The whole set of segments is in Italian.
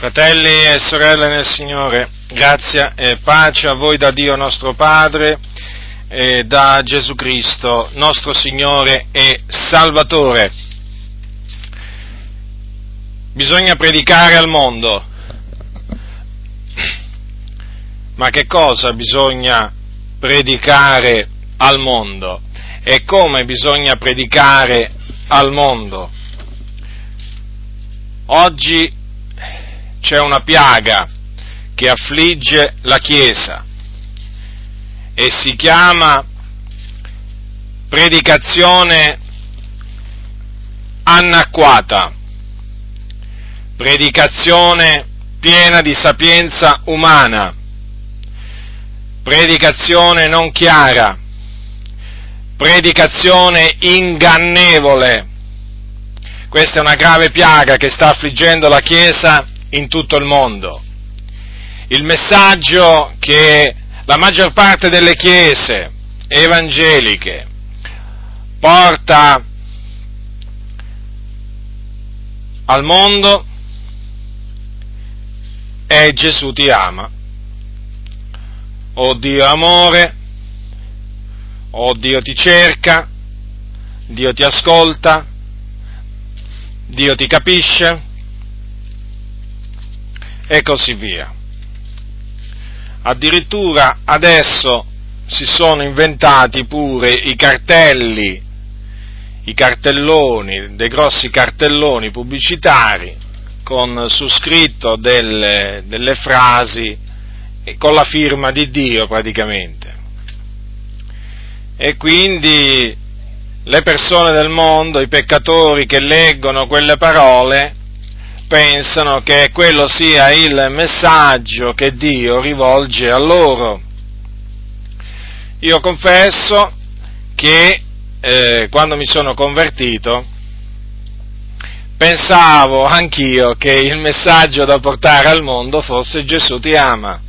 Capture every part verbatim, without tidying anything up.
Fratelli e sorelle nel Signore, grazia e pace a voi da Dio nostro Padre e da Gesù Cristo, nostro Signore e Salvatore. Bisogna predicare al mondo. Ma che cosa bisogna predicare al mondo? E come bisogna predicare al mondo? Oggi c'è una piaga che affligge la Chiesa e si chiama predicazione annacquata, predicazione piena di sapienza umana, predicazione non chiara, predicazione ingannevole. Questa è una grave piaga che sta affliggendo la Chiesa in tutto il mondo. Il messaggio che la maggior parte delle chiese evangeliche porta al mondo è: Gesù ti ama, o Dio è amore, o Dio ti cerca, Dio ti ascolta, Dio ti capisce, e così via. Addirittura adesso si sono inventati pure i cartelli, i cartelloni, dei grossi cartelloni pubblicitari con su scritto delle, delle frasi con la firma di Dio praticamente. E quindi le persone del mondo, i peccatori che leggono quelle parole, pensano che quello sia il messaggio che Dio rivolge a loro. Io confesso che eh, quando mi sono convertito pensavo anch'io che il messaggio da portare al mondo fosse: Gesù ti ama,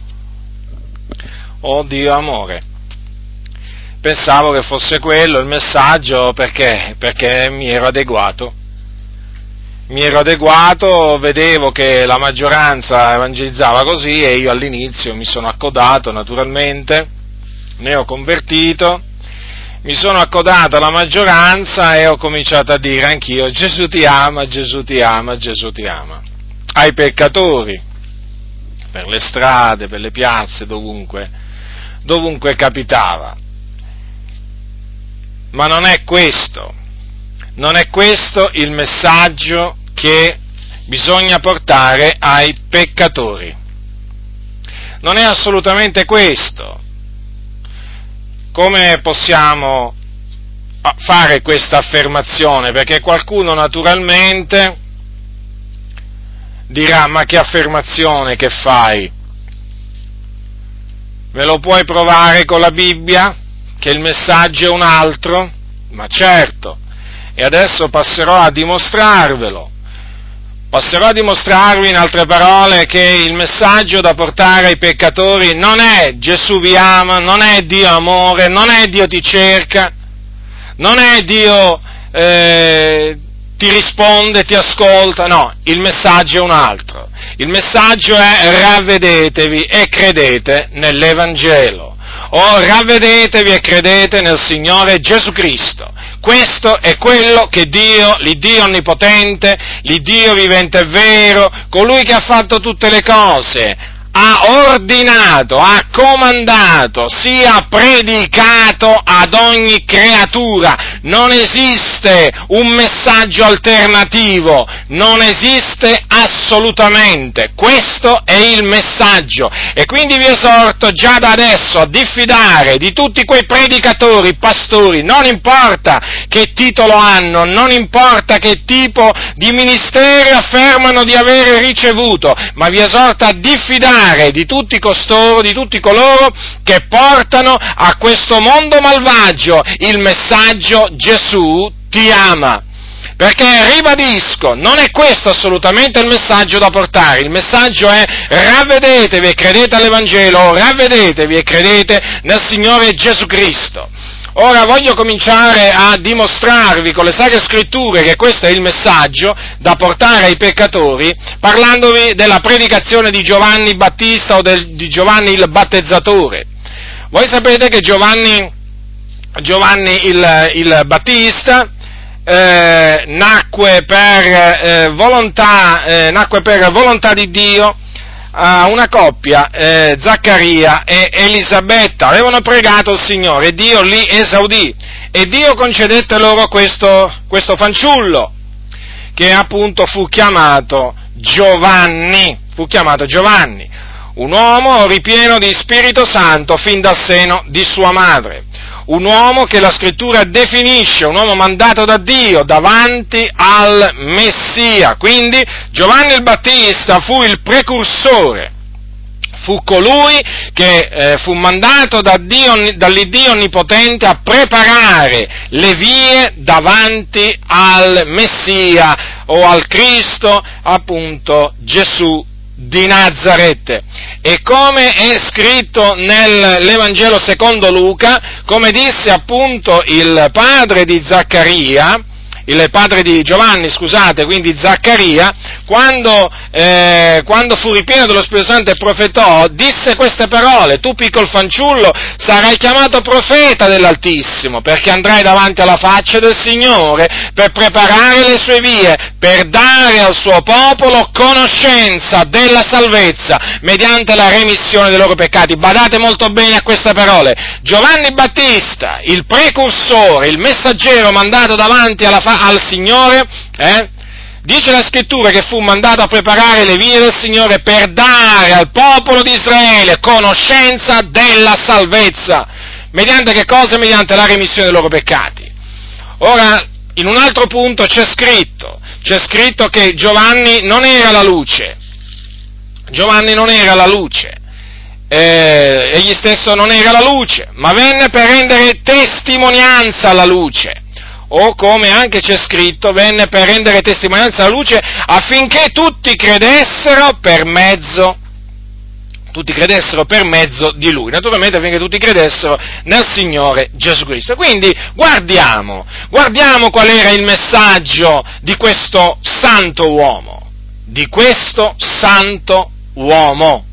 o Dio è amore. Pensavo che fosse quello il messaggio perché, perché mi ero adeguato. Mi ero adeguato, vedevo che la maggioranza evangelizzava così e io all'inizio mi sono accodato naturalmente, ne ho convertito, mi sono accodato alla maggioranza e ho cominciato a dire anch'io: Gesù ti ama, Gesù ti ama, Gesù ti ama. Ai peccatori, per le strade, per le piazze, dovunque, dovunque capitava. Ma non è questo. Non è questo il messaggio che bisogna portare ai peccatori. Non è assolutamente questo. Come possiamo fare questa affermazione? Perché qualcuno naturalmente dirà: ma che affermazione che fai? Me lo puoi provare con la Bibbia? Che il messaggio è un altro? Ma certo. E adesso passerò a dimostrarvelo. Passerò a dimostrarvi, in altre parole, che il messaggio da portare ai peccatori non è Gesù vi ama, non è Dio amore, non è Dio ti cerca, non è Dio eh, ti risponde, ti ascolta, no, il messaggio è un altro. Il messaggio è: ravvedetevi e credete nell'Evangelo. O ravvedetevi e credete nel Signore Gesù Cristo. Questo è quello che Dio, l'Iddio onnipotente, l'Iddio vivente e vero, colui che ha fatto tutte le cose, ha ordinato, ha comandato, sia predicato ad ogni creatura. Non esiste un messaggio alternativo, non esiste assolutamente. Questo è il messaggio. E quindi vi esorto già da adesso a diffidare di tutti quei predicatori, pastori, non importa che titolo hanno, non importa che tipo di ministero affermano di avere ricevuto, ma vi esorto a diffidare di tutti costoro, di tutti coloro che portano a questo mondo malvagio il messaggio: Gesù ti ama. Perché, ribadisco, non è questo assolutamente il messaggio da portare. Il messaggio è: ravvedetevi e credete all'Evangelo, ravvedetevi e credete nel Signore Gesù Cristo. Ora voglio cominciare a dimostrarvi con le Sacre Scritture che questo è il messaggio da portare ai peccatori, parlandovi della predicazione di Giovanni Battista o del, di Giovanni il Battezzatore. Voi sapete che Giovanni, Giovanni il, il Battista eh, nacque per eh, volontà, eh, nacque per volontà di Dio a una coppia, eh, Zaccaria e Elisabetta, avevano pregato il Signore e Dio li esaudì e Dio concedette loro questo, questo fanciullo che appunto fu chiamato Giovanni, fu chiamato Giovanni, un uomo ripieno di Spirito Santo fin dal seno di sua madre, un uomo che la Scrittura definisce, un uomo mandato da Dio davanti al Messia. Quindi Giovanni il Battista fu il precursore, fu colui che eh, fu mandato da Dio, dall'Iddio Onnipotente a preparare le vie davanti al Messia o al Cristo, appunto Gesù di Nazaret. E come è scritto nell'Evangelo secondo Luca, come disse appunto il padre di Zaccaria, il padre di Giovanni, scusate, quindi Zaccaria, quando, eh, quando fu ripieno dello Spirito Santo e profetò, disse queste parole: tu piccolo fanciullo sarai chiamato profeta dell'Altissimo, perché andrai davanti alla faccia del Signore per preparare le sue vie, per dare al suo popolo conoscenza della salvezza mediante la remissione dei loro peccati. Badate molto bene a queste parole. Giovanni Battista, il precursore, il messaggero mandato davanti alla fa- al Signore, eh, dice la Scrittura che fu mandato a preparare le vie del Signore per dare al popolo di Israele conoscenza della salvezza. Mediante che cosa? Mediante la remissione dei loro peccati. Ora, in un altro punto c'è scritto, c'è scritto che Giovanni non era la luce, Giovanni non era la luce, eh, egli stesso non era la luce, ma venne per rendere testimonianza alla luce. O come anche c'è scritto, venne per rendere testimonianza alla luce affinché tutti credessero per mezzo, tutti credessero per mezzo di Lui, naturalmente affinché tutti credessero nel Signore Gesù Cristo. Quindi guardiamo, guardiamo qual era il messaggio di questo santo uomo, di questo santo uomo.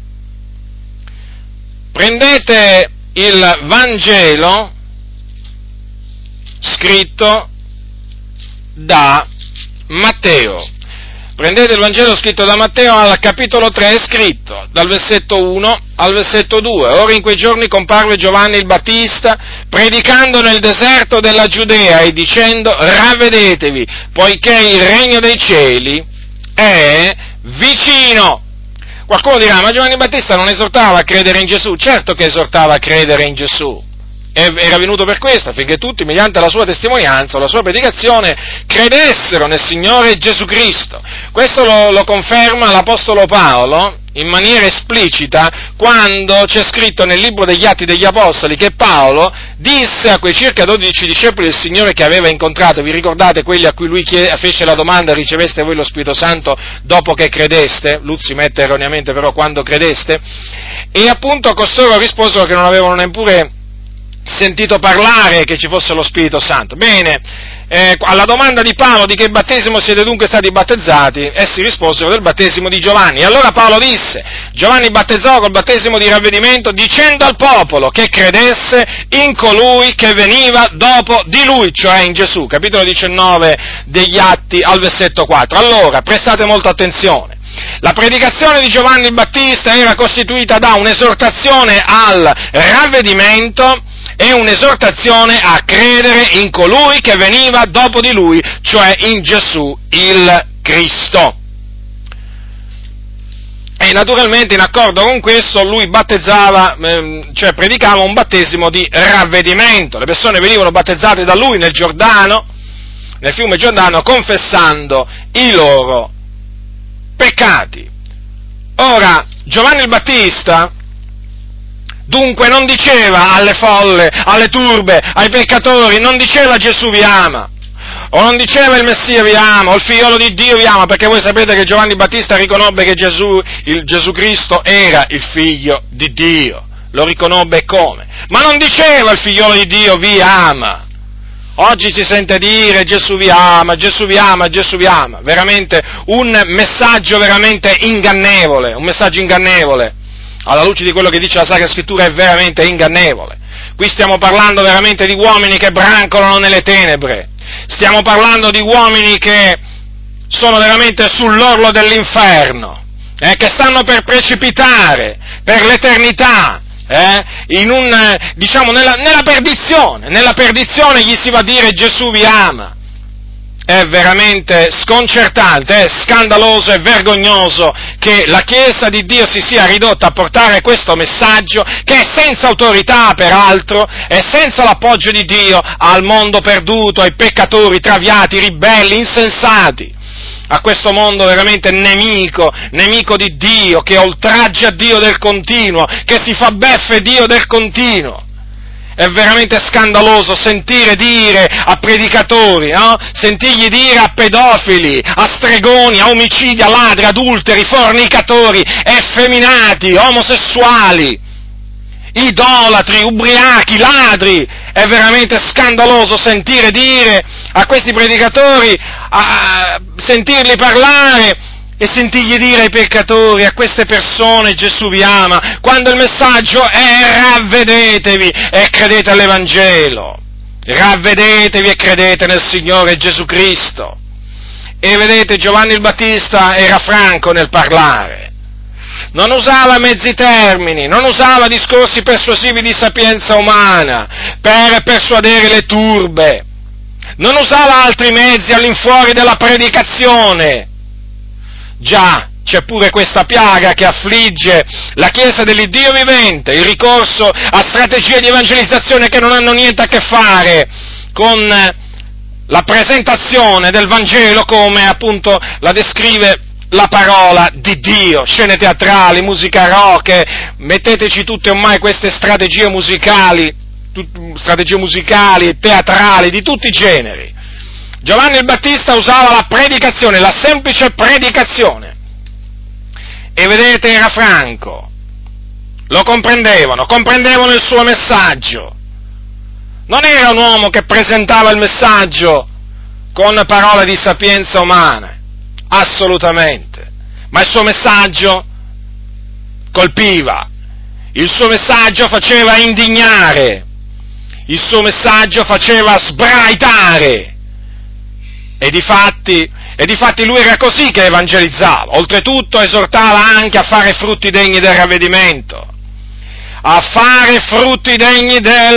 Prendete il Vangelo scritto da Matteo. Prendete il Vangelo scritto da Matteo al capitolo tre, è scritto dal versetto uno al versetto due. Ora in quei giorni comparve Giovanni il Battista predicando nel deserto della Giudea e dicendo: ravvedetevi, poiché il regno dei cieli è vicino. Qualcuno dirà: ma Giovanni Battista non esortava a credere in Gesù? Certo che esortava a credere in Gesù. Era venuto per questo, affinché tutti, mediante la sua testimonianza o la sua predicazione, credessero nel Signore Gesù Cristo. Questo lo, lo conferma l'Apostolo Paolo in maniera esplicita quando c'è scritto nel libro degli Atti degli Apostoli che Paolo disse a quei circa dodici discepoli del Signore che aveva incontrato, vi ricordate quelli a cui lui chiede, fece la domanda: riceveste voi lo Spirito Santo dopo che credeste? Luzzi mette erroneamente però quando credeste, e appunto costoro risposero che non avevano neppure sentito parlare che ci fosse lo Spirito Santo. Bene, eh, alla domanda di Paolo di che battesimo siete dunque stati battezzati, essi risposero del battesimo di Giovanni. E allora Paolo disse: Giovanni battezzò col battesimo di ravvedimento dicendo al popolo che credesse in colui che veniva dopo di lui, cioè in Gesù. Capitolo diciannove degli Atti al versetto quattro. Allora, prestate molta attenzione. La predicazione di Giovanni il Battista era costituita da un'esortazione al ravvedimento e un'esortazione a credere in colui che veniva dopo di lui, cioè in Gesù il Cristo. E naturalmente in accordo con questo lui battezzava, cioè predicava un battesimo di ravvedimento. Le persone venivano battezzate da lui nel Giordano, nel fiume Giordano, confessando i loro peccati. Ora, Giovanni il Battista dunque non diceva alle folle, alle turbe, ai peccatori, non diceva Gesù vi ama, o non diceva il Messia vi ama, o il figliolo di Dio vi ama, perché voi sapete che Giovanni Battista riconobbe che Gesù, il Gesù Cristo era il figlio di Dio. lo riconobbe e come. Ma non diceva il figliolo di Dio vi ama. Oggi si sente dire Gesù vi ama, Gesù vi ama, Gesù vi ama. Veramente un messaggio veramente ingannevole, un messaggio ingannevole. Alla luce di quello che dice la Sacra Scrittura è veramente ingannevole. Qui stiamo parlando veramente di uomini che brancolano nelle tenebre. Stiamo parlando di uomini che sono veramente sull'orlo dell'inferno, eh, che stanno per precipitare per l'eternità. Eh, in un, diciamo, nella, nella perdizione, nella perdizione gli si va a dire Gesù vi ama. È veramente sconcertante, è scandaloso e vergognoso che la Chiesa di Dio si sia ridotta a portare questo messaggio, che è senza autorità peraltro, è senza l'appoggio di Dio, al mondo perduto, ai peccatori, traviati, ribelli, insensati. A questo mondo veramente nemico, nemico di Dio, che oltraggia Dio del continuo, che si fa beffe Dio del continuo. È veramente scandaloso sentire dire a predicatori, no? Sentirgli dire a pedofili, a stregoni, a omicidi, a ladri, adulteri, fornicatori, effeminati, omosessuali, idolatri, ubriachi, ladri. È veramente scandaloso sentire dire a questi predicatori, a sentirli parlare e sentirgli dire ai peccatori, a queste persone Gesù vi ama, quando il messaggio è ravvedetevi e credete all'Evangelo, ravvedetevi e credete nel Signore Gesù Cristo. E vedete, Giovanni il Battista era franco nel parlare. Non usava mezzi termini, non usava discorsi persuasivi di sapienza umana per persuadere le turbe, non usava altri mezzi all'infuori della predicazione. Già, c'è pure questa piaga che affligge la Chiesa dell'Iddio vivente, il ricorso a strategie di evangelizzazione che non hanno niente a che fare con la presentazione del Vangelo come appunto la descrive la parola di Dio, scene teatrali, musica rock, metteteci tutte ormai queste strategie musicali, tut, strategie musicali e teatrali di tutti i generi. Giovanni il Battista usava la predicazione, la semplice predicazione, e vedete era franco, lo comprendevano, comprendevano il suo messaggio, non era un uomo che presentava il messaggio con parole di sapienza umana, assolutamente, ma il suo messaggio colpiva, il suo messaggio faceva indignare, il suo messaggio faceva sbraitare, e difatti, e difatti lui era così che evangelizzava, oltretutto esortava anche a fare frutti degni del ravvedimento, a fare frutti degni del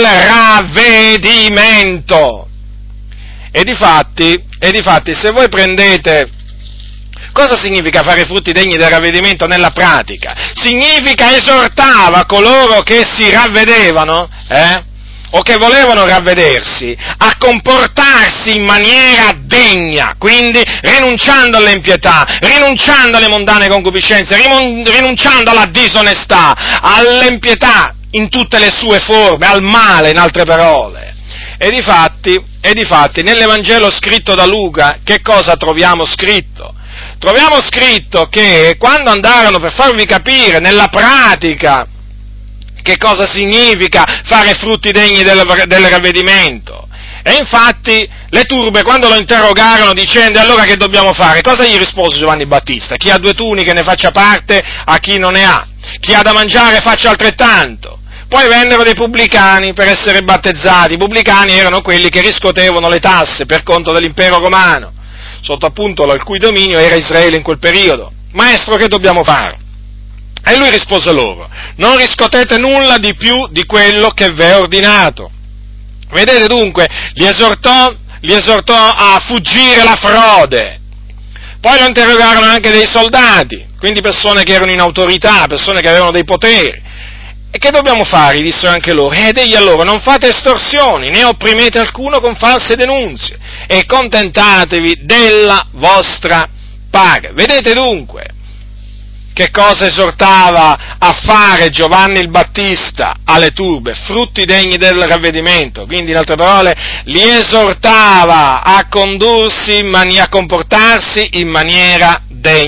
ravvedimento, e difatti, e difatti se voi prendete. Cosa significa fare frutti degni del ravvedimento nella pratica? Significa esortava coloro che si ravvedevano, eh, o che volevano ravvedersi, a comportarsi in maniera degna, quindi rinunciando all'impietà, rinunciando alle mondane concupiscenze, rinunciando alla disonestà, all'impietà in tutte le sue forme, al male, in altre parole. E difatti, e difatti, nell'Evangelo scritto da Luca, che cosa troviamo scritto? Troviamo scritto che quando andarono, per farvi capire nella pratica che cosa significa fare frutti degni del, del ravvedimento, e infatti le turbe quando lo interrogarono dicendo allora che dobbiamo fare, cosa gli rispose Giovanni Battista? Chi ha due tuniche ne faccia parte a chi non ne ha, chi ha da mangiare faccia altrettanto. Poi vennero dei pubblicani per essere battezzati. I pubblicani erano quelli che riscuotevano le tasse per conto dell'impero romano, sotto appunto il cui dominio era Israele in quel periodo. Maestro, che dobbiamo fare? E lui rispose loro: non riscuotete nulla di più di quello che v'è ordinato. Vedete dunque, li esortò, li esortò a fuggire la frode. Poi lo interrogarono anche dei soldati, quindi persone che erano in autorità, persone che avevano dei poteri. E che dobbiamo fare? Dissero anche loro. Ed egli a loro: non fate estorsioni, né opprimete alcuno con false denunzie, e contentatevi della vostra paga. Vedete dunque che cosa esortava a fare Giovanni il Battista alle turbe? Frutti degni del ravvedimento. Quindi, in altre parole, li esortava a condursi, in mani- a comportarsi in maniera degna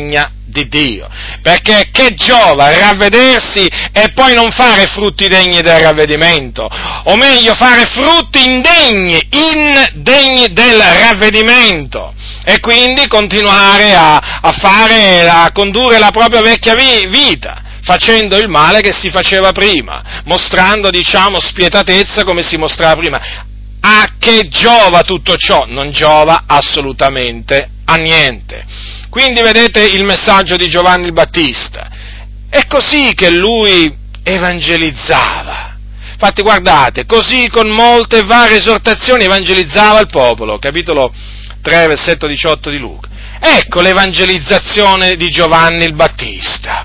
di Dio, perché che giova ravvedersi e poi non fare frutti degni del ravvedimento, o meglio fare frutti indegni, indegni del ravvedimento, e quindi continuare a, a fare, a condurre la propria vecchia vita, facendo il male che si faceva prima, mostrando, diciamo, spietatezza come si mostrava prima. A che giova tutto ciò? Non giova assolutamente a niente. Quindi vedete il messaggio di Giovanni il Battista. È così che lui evangelizzava. Infatti guardate, così con molte varie esortazioni evangelizzava il popolo. Capitolo tre, versetto diciotto di Luca. Ecco l'evangelizzazione di Giovanni il Battista.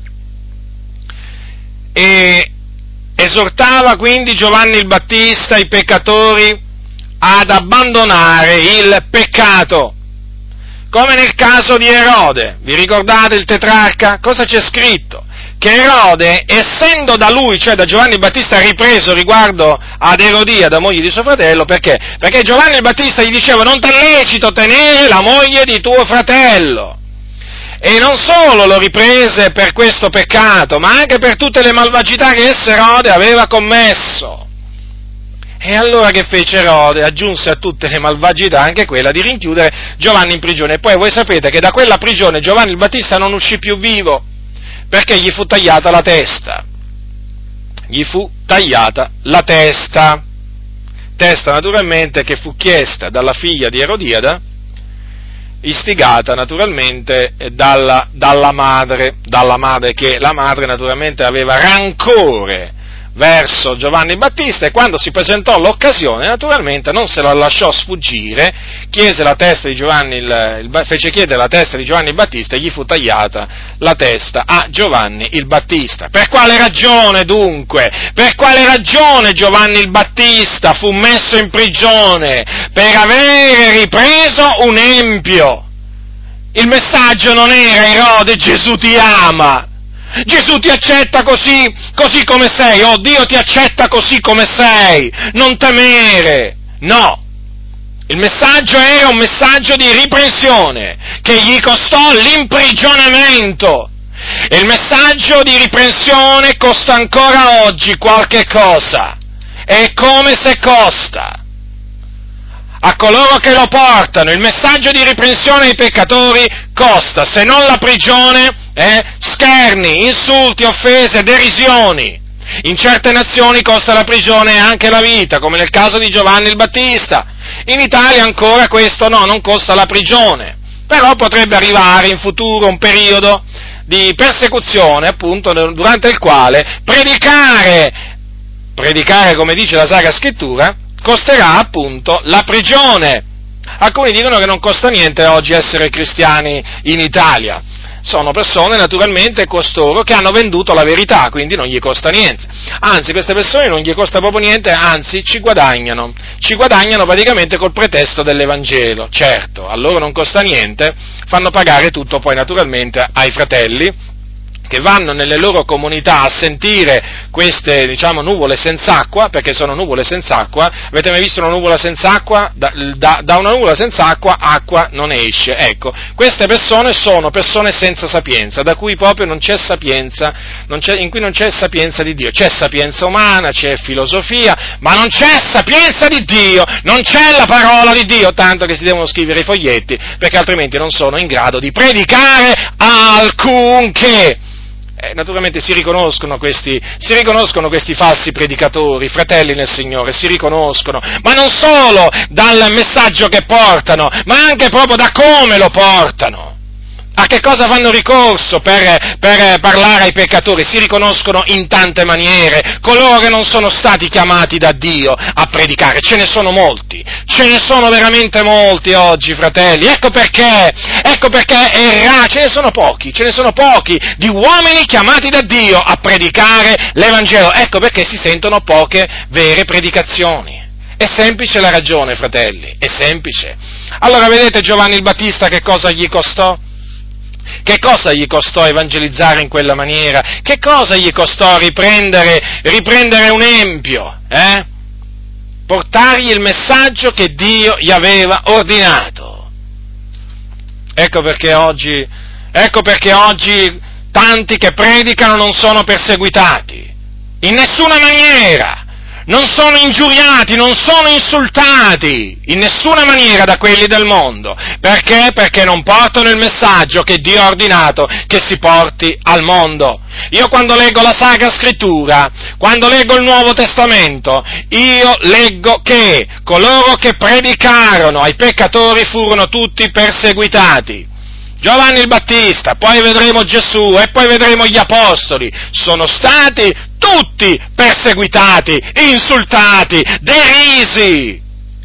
E esortava quindi Giovanni il Battista i peccatori ad abbandonare il peccato, come nel caso di Erode. Vi ricordate il tetrarca? Cosa c'è scritto? Che Erode, essendo da lui, cioè da Giovanni il Battista, ripreso riguardo ad Erodia, da moglie di suo fratello, perché? Perché Giovanni il Battista gli diceva: non t'è lecito tenere la moglie di tuo fratello. E non solo lo riprese per questo peccato, ma anche per tutte le malvagità che esso Erode aveva commesso. E allora che fece Erode? Aggiunse a tutte le malvagità anche quella di rinchiudere Giovanni in prigione. E poi voi sapete che da quella prigione Giovanni il Battista non uscì più vivo, perché gli fu tagliata la testa. Gli fu tagliata la testa. Testa naturalmente che fu chiesta dalla figlia di Erodiada, istigata naturalmente dalla, dalla madre, dalla madre che la madre naturalmente aveva rancore verso Giovanni Battista, e quando si presentò l'occasione naturalmente non se la lasciò sfuggire, chiese la testa di Giovanni, il, il, fece chiedere la testa di Giovanni Battista e gli fu tagliata la testa a Giovanni il Battista. Per quale ragione dunque? Per quale ragione Giovanni il Battista fu messo in prigione? Per avere ripreso un empio. Il messaggio non era: Erode, Gesù ti ama, Gesù ti accetta così, così come sei, oh Dio ti accetta così come sei, non temere, no. Il messaggio era un messaggio di riprensione, che gli costò l'imprigionamento. E il messaggio di riprensione costa ancora oggi qualche cosa, è come se costa. A coloro che lo portano, il messaggio di riprensione ai peccatori costa, se non la prigione, eh, scherni, insulti, offese, derisioni. In certe nazioni costa la prigione e anche la vita, come nel caso di Giovanni il Battista. In Italia ancora questo no, non costa la prigione, però potrebbe arrivare in futuro un periodo di persecuzione, appunto, durante il quale predicare, predicare come dice la Sacra Scrittura, costerà appunto la prigione. Alcuni dicono che non costa niente oggi essere cristiani in Italia. Sono persone naturalmente costoro che hanno venduto la verità, quindi non gli costa niente. Anzi, queste persone non gli costa proprio niente, anzi ci guadagnano. Ci guadagnano praticamente col pretesto dell'Evangelo. Certo, a loro non costa niente, fanno pagare tutto poi naturalmente ai fratelli che vanno nelle loro comunità a sentire queste, diciamo, nuvole senza acqua, perché sono nuvole senza acqua. Avete mai visto una nuvola senza acqua? Da, da, da una nuvola senza acqua, acqua non esce. Ecco, queste persone sono persone senza sapienza, da cui proprio non c'è sapienza, non c'è, in cui non c'è sapienza di Dio. C'è sapienza umana, c'è filosofia, ma non c'è sapienza di Dio, non c'è la parola di Dio, tanto che si devono scrivere i foglietti, perché altrimenti non sono in grado di predicare alcunché. Eh, naturalmente si riconoscono questi, si riconoscono questi falsi predicatori, fratelli nel Signore, si riconoscono, ma non solo dal messaggio che portano, ma anche proprio da come lo portano. A che cosa fanno ricorso per, per parlare ai peccatori? Si riconoscono in tante maniere. Coloro che non sono stati chiamati da Dio a predicare, ce ne sono molti, ce ne sono veramente molti oggi, fratelli. Ecco perché, ecco perché è raro, ce ne sono pochi, ce ne sono pochi di uomini chiamati da Dio a predicare l'Evangelo. Ecco perché si sentono poche vere predicazioni. È semplice la ragione, fratelli, è semplice. Allora vedete Giovanni il Battista che cosa gli costò? Che cosa gli costò evangelizzare in quella maniera? Che cosa gli costò riprendere, riprendere un empio? Eh? Portargli il messaggio che Dio gli aveva ordinato. Ecco perché oggi, ecco perché oggi tanti che predicano non sono perseguitati, in nessuna maniera, non sono ingiuriati, non sono insultati, in nessuna maniera da quelli del mondo. Perché? Perché non portano il messaggio che Dio ha ordinato che si porti al mondo. Io quando leggo la Sacra Scrittura, quando leggo il Nuovo Testamento, io leggo che coloro che predicarono ai peccatori furono tutti perseguitati. Giovanni il Battista, poi vedremo Gesù e poi vedremo gli Apostoli, sono stati tutti perseguitati, insultati, derisi,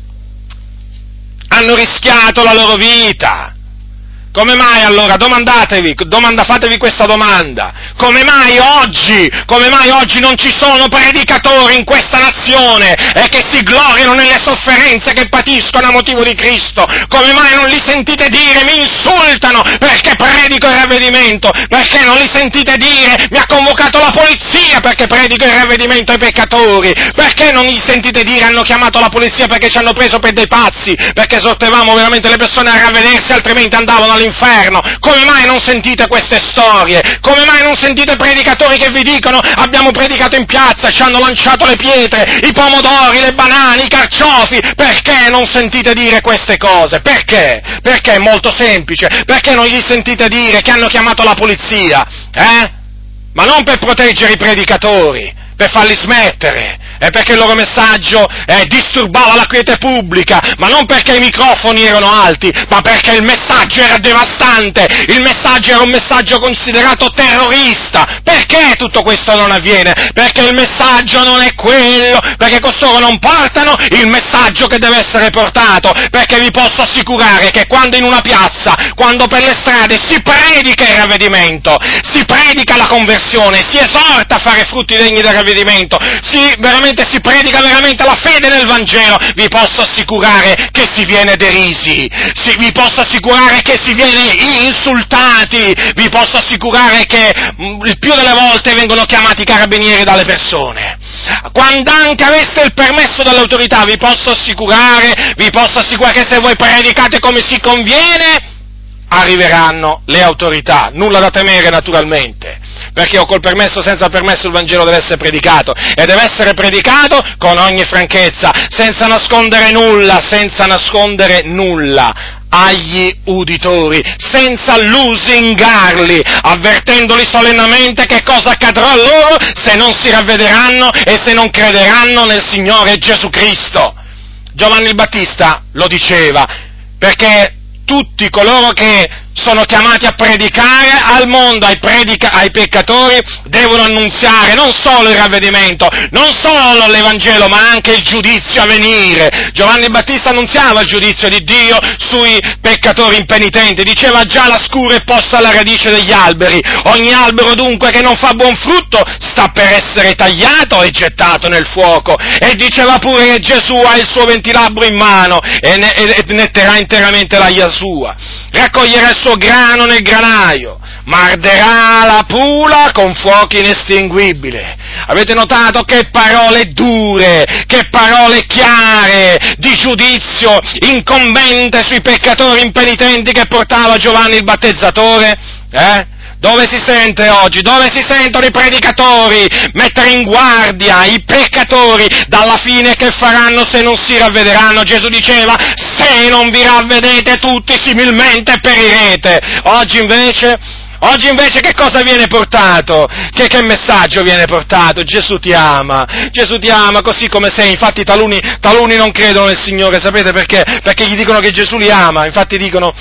hanno rischiato la loro vita. Come mai allora, domandatevi, domanda, fatevi questa domanda, come mai oggi, come mai oggi non ci sono predicatori in questa nazione e che si gloriano nelle sofferenze che patiscono a motivo di Cristo? Come mai non li sentite dire, mi insultano perché predico il ravvedimento? Perché non li sentite dire, mi ha convocato la polizia perché predico il ravvedimento ai peccatori? Perché non li sentite dire, hanno chiamato la polizia perché ci hanno preso per dei pazzi, perché esortavamo veramente le persone a ravvedersi, altrimenti andavano all'inferno? Come mai non sentite queste storie? Come mai non sentite predicatori che vi dicono abbiamo predicato in piazza, ci hanno lanciato le pietre, i pomodori, le banane, i carciofi? Perché non sentite dire queste cose? Perché? Perché è molto semplice, perché non gli sentite dire che hanno chiamato la polizia, eh? Ma non per proteggere i predicatori, per farli smettere, è perché il loro messaggio eh, disturbava la quiete pubblica, ma non perché i microfoni erano alti, ma perché il messaggio era devastante, il messaggio era un messaggio considerato terrorista. Perché tutto questo non avviene? Perché il messaggio non è quello, perché costoro non portano il messaggio che deve essere portato, perché vi posso assicurare che quando in una piazza, quando per le strade si predica il ravvedimento, si predica la conversione, si esorta a fare frutti degni del ravvedimento, si veramente si predica veramente la fede nel Vangelo, vi posso assicurare che si viene derisi, si, vi posso assicurare che si viene insultati, vi posso assicurare che mh, il più delle volte vengono chiamati carabinieri dalle persone. Quando anche aveste il permesso dell'autorità, vi posso assicurare, vi posso assicurare che se voi predicate come si conviene, arriveranno le autorità, nulla da temere naturalmente, perché o col permesso o senza permesso il Vangelo deve essere predicato, e deve essere predicato con ogni franchezza, senza nascondere nulla, senza nascondere nulla agli uditori, senza lusingarli, avvertendoli solennamente che cosa accadrà a loro se non si ravvederanno e se non crederanno nel Signore Gesù Cristo. Giovanni il Battista lo diceva, perché tutti coloro che sono chiamati a predicare al mondo, ai, predica, ai peccatori, devono annunziare non solo il ravvedimento, non solo l'Evangelo, ma anche il giudizio a venire. Giovanni Battista annunziava il giudizio di Dio sui peccatori impenitenti, diceva già la scura è posta alla radice degli alberi, ogni albero dunque che non fa buon frutto sta per essere tagliato e gettato nel fuoco, e diceva pure che Gesù ha il suo ventilabro in mano e, ne, e netterà interamente l'aia sua, raccoglierà il suo grano nel granaio, ma arderà la pula con fuoco inestinguibile. Avete notato che parole dure, che parole chiare di giudizio incombente sui peccatori impenitenti che portava Giovanni il Battezzatore? Eh? Dove si sente oggi? Dove si sentono i predicatori mettere in guardia i peccatori dalla fine che faranno se non si ravvederanno? Gesù diceva, se non vi ravvedete tutti similmente perirete. Oggi invece, oggi invece che cosa viene portato? Che, che messaggio viene portato? Gesù ti ama, Gesù ti ama così come sei. Infatti taluni, taluni non credono nel Signore, sapete perché? Perché gli dicono che Gesù li ama, infatti dicono,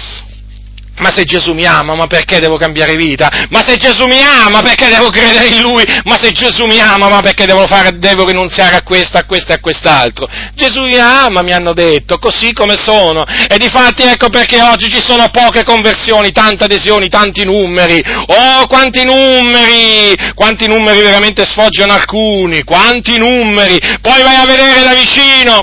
ma se Gesù mi ama, ma perché devo cambiare vita? Ma se Gesù mi ama, perché devo credere in Lui? Ma se Gesù mi ama, ma perché devo fare, devo rinunziare a questo, a questo e a quest'altro? Gesù mi ama, mi hanno detto, così come sono. E difatti ecco perché oggi ci sono poche conversioni, tante adesioni, tanti numeri. Oh, quanti numeri! Quanti numeri veramente sfoggiano alcuni, quanti numeri! Poi vai a vedere da vicino.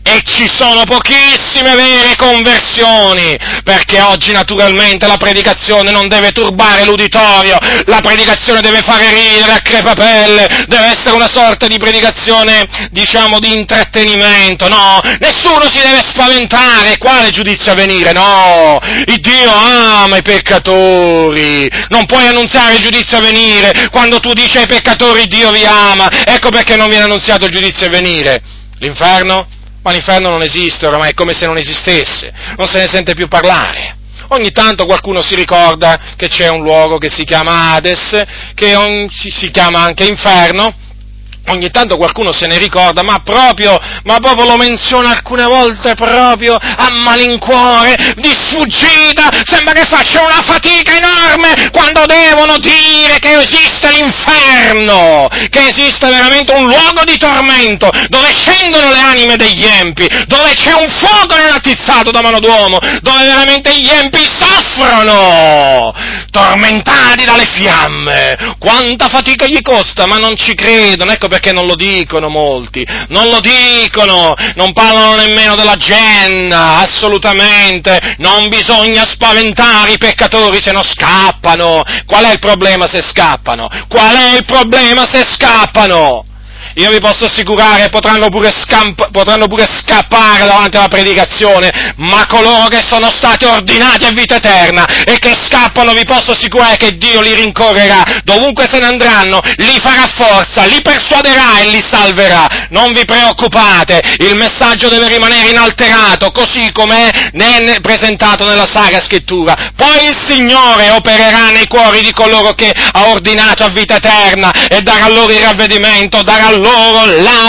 e ci sono pochissime vere conversioni, perché oggi naturalmente la predicazione non deve turbare l'uditorio, la predicazione deve fare ridere a crepapelle, deve essere una sorta di predicazione, diciamo, di intrattenimento, no, nessuno si deve spaventare, quale giudizio a venire, no, il Dio ama i peccatori, non puoi annunziare il giudizio a venire, quando tu dici ai peccatori Dio vi ama, ecco perché non viene annunziato il giudizio a venire. L'inferno? Ma l'inferno non esiste, oramai è come se non esistesse, non se ne sente più parlare. Ogni tanto qualcuno si ricorda che c'è un luogo che si chiama Hades, che on, si, si chiama anche inferno, ogni tanto qualcuno se ne ricorda, ma proprio, ma proprio lo menziona alcune volte proprio a malincuore, di sfuggita, sembra che faccia una fatica enorme quando devono dire che esiste l'inferno, che esiste veramente un luogo di tormento, dove scendono le anime degli empi, dove c'è un fuoco nell'attizzato da mano d'uomo, dove veramente gli empi soffrono, tormentati dalle fiamme. Quanta fatica gli costa, ma non ci credono, ecco perché non lo dicono molti, non lo dicono, non parlano nemmeno della Genna, assolutamente, non bisogna spaventare i peccatori se non scappano. Qual è il problema se scappano? Qual è il problema se scappano? Io vi posso assicurare, potranno pure, scamp- potranno pure scappare davanti alla predicazione, ma coloro che sono stati ordinati a vita eterna e che scappano, vi posso assicurare che Dio li rincorrerà, dovunque se ne andranno, li farà forza, li persuaderà e li salverà. Non vi preoccupate, il messaggio deve rimanere inalterato, così come è presentato nella Sacra Scrittura. Poi il Signore opererà nei cuori di coloro che ha ordinato a vita eterna e darà loro il ravvedimento, darà loro la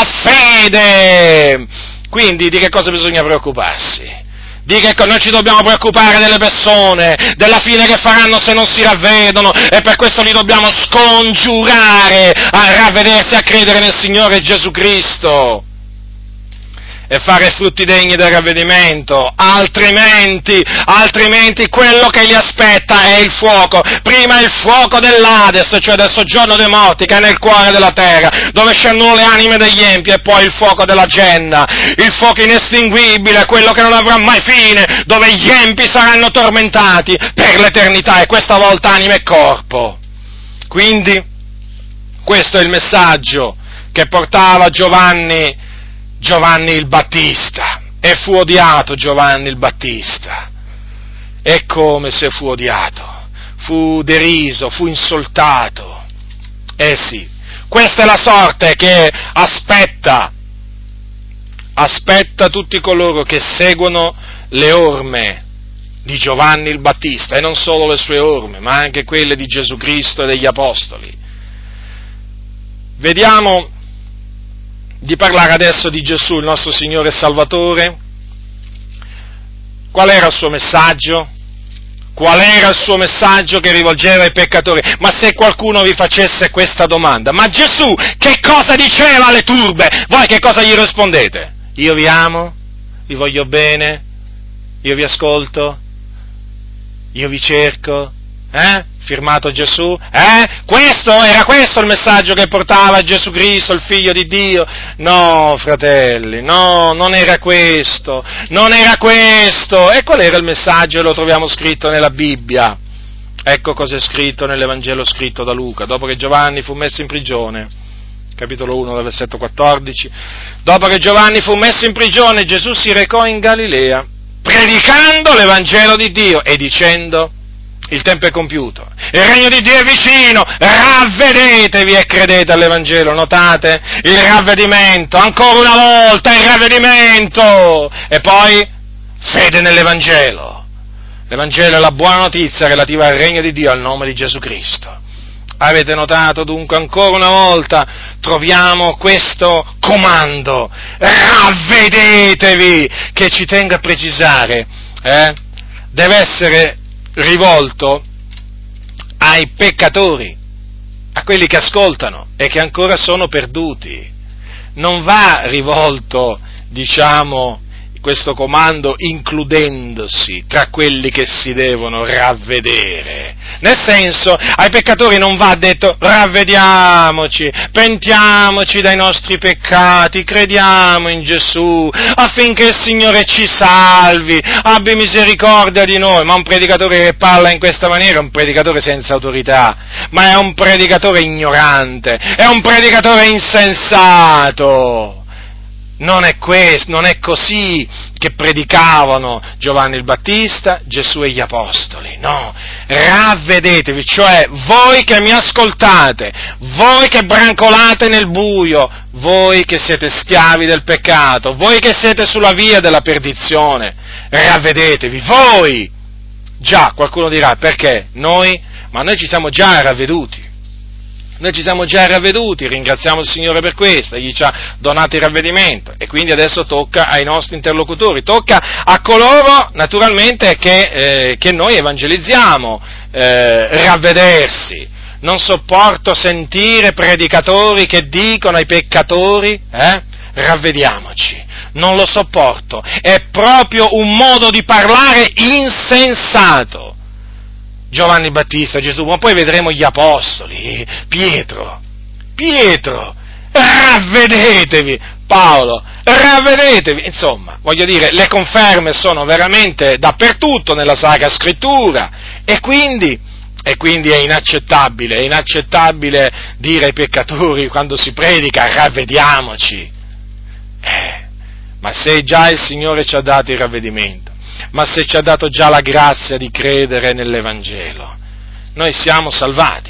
fede. Quindi di che cosa bisogna preoccuparsi? Di che noi ci dobbiamo preoccupare delle persone, della fine che faranno se non si ravvedono, e per questo li dobbiamo scongiurare a ravvedersi, a credere nel Signore Gesù Cristo e fare frutti degni del ravvedimento, altrimenti, altrimenti quello che li aspetta è il fuoco, prima il fuoco dell'Ades, cioè del soggiorno dei morti, che è nel cuore della terra, dove scendono le anime degli empi, e poi il fuoco della Genna, il fuoco inestinguibile, quello che non avrà mai fine, dove gli empi saranno tormentati per l'eternità, e questa volta anima e corpo. Quindi, questo è il messaggio che portava Giovanni Giovanni il Battista, e fu odiato Giovanni il Battista. E come se fu odiato, fu deriso, fu insultato. Eh sì, questa è la sorte che aspetta, aspetta tutti coloro che seguono le orme di Giovanni il Battista, e non solo le sue orme, ma anche quelle di Gesù Cristo e degli Apostoli. Vediamo di parlare adesso di Gesù, il nostro Signore e Salvatore. Qual era il suo messaggio? Qual era il suo messaggio che rivolgeva ai peccatori? Ma se qualcuno vi facesse questa domanda, ma Gesù che cosa diceva alle turbe? Voi che cosa gli rispondete? Io vi amo, vi voglio bene, io vi ascolto, io vi cerco, eh? Firmato Gesù, eh? Questo, era questo il messaggio che portava Gesù Cristo, il Figlio di Dio? No, fratelli, no, non era questo, non era questo. E qual era il messaggio? Lo troviamo scritto nella Bibbia. Ecco cosa è scritto nell'Evangelo scritto da Luca, dopo che Giovanni fu messo in prigione, capitolo uno, versetto quattordici. Dopo che Giovanni fu messo in prigione, Gesù si recò in Galilea, predicando l'Evangelo di Dio e dicendo: il tempo è compiuto, il regno di Dio è vicino, ravvedetevi e credete all'Evangelo. Notate? Il ravvedimento, ancora una volta il ravvedimento, e poi fede nell'Evangelo. L'Evangelo è la buona notizia relativa al regno di Dio, al nome di Gesù Cristo. Avete notato dunque, ancora una volta troviamo questo comando: ravvedetevi, che ci tengo a precisare, eh? deve essere rivolto ai peccatori, a quelli che ascoltano e che ancora sono perduti. Non va rivolto, diciamo, questo comando includendosi tra quelli che si devono ravvedere. Nel senso, ai peccatori non va detto ravvediamoci, pentiamoci dai nostri peccati, crediamo in Gesù affinché il Signore ci salvi, abbi misericordia di noi. Ma un predicatore che parla in questa maniera è un predicatore senza autorità, ma è un predicatore ignorante, è un predicatore insensato. Non è questo, non è così che predicavano Giovanni il Battista, Gesù e gli Apostoli, no, ravvedetevi, cioè voi che mi ascoltate, voi che brancolate nel buio, voi che siete schiavi del peccato, voi che siete sulla via della perdizione, ravvedetevi, voi! Già, qualcuno dirà, perché? Noi? Ma noi ci siamo già ravveduti. Noi ci siamo già ravveduti, ringraziamo il Signore per questo, Egli ci ha donato il ravvedimento e quindi adesso tocca ai nostri interlocutori, tocca a coloro naturalmente che, eh, che noi evangelizziamo, eh, ravvedersi. Non sopporto sentire predicatori che dicono ai peccatori, eh, ravvediamoci. Non lo sopporto, è proprio un modo di parlare insensato. Giovanni Battista, Gesù, ma poi vedremo gli apostoli, Pietro, Pietro, ravvedetevi, Paolo, ravvedetevi, insomma, voglio dire, le conferme sono veramente dappertutto nella Sacra Scrittura, e quindi, e quindi è inaccettabile, è inaccettabile dire ai peccatori quando si predica, ravvediamoci, eh, ma se già il Signore ci ha dato il ravvedimento, ma se ci ha dato già la grazia di credere nell'Evangelo, noi siamo salvati,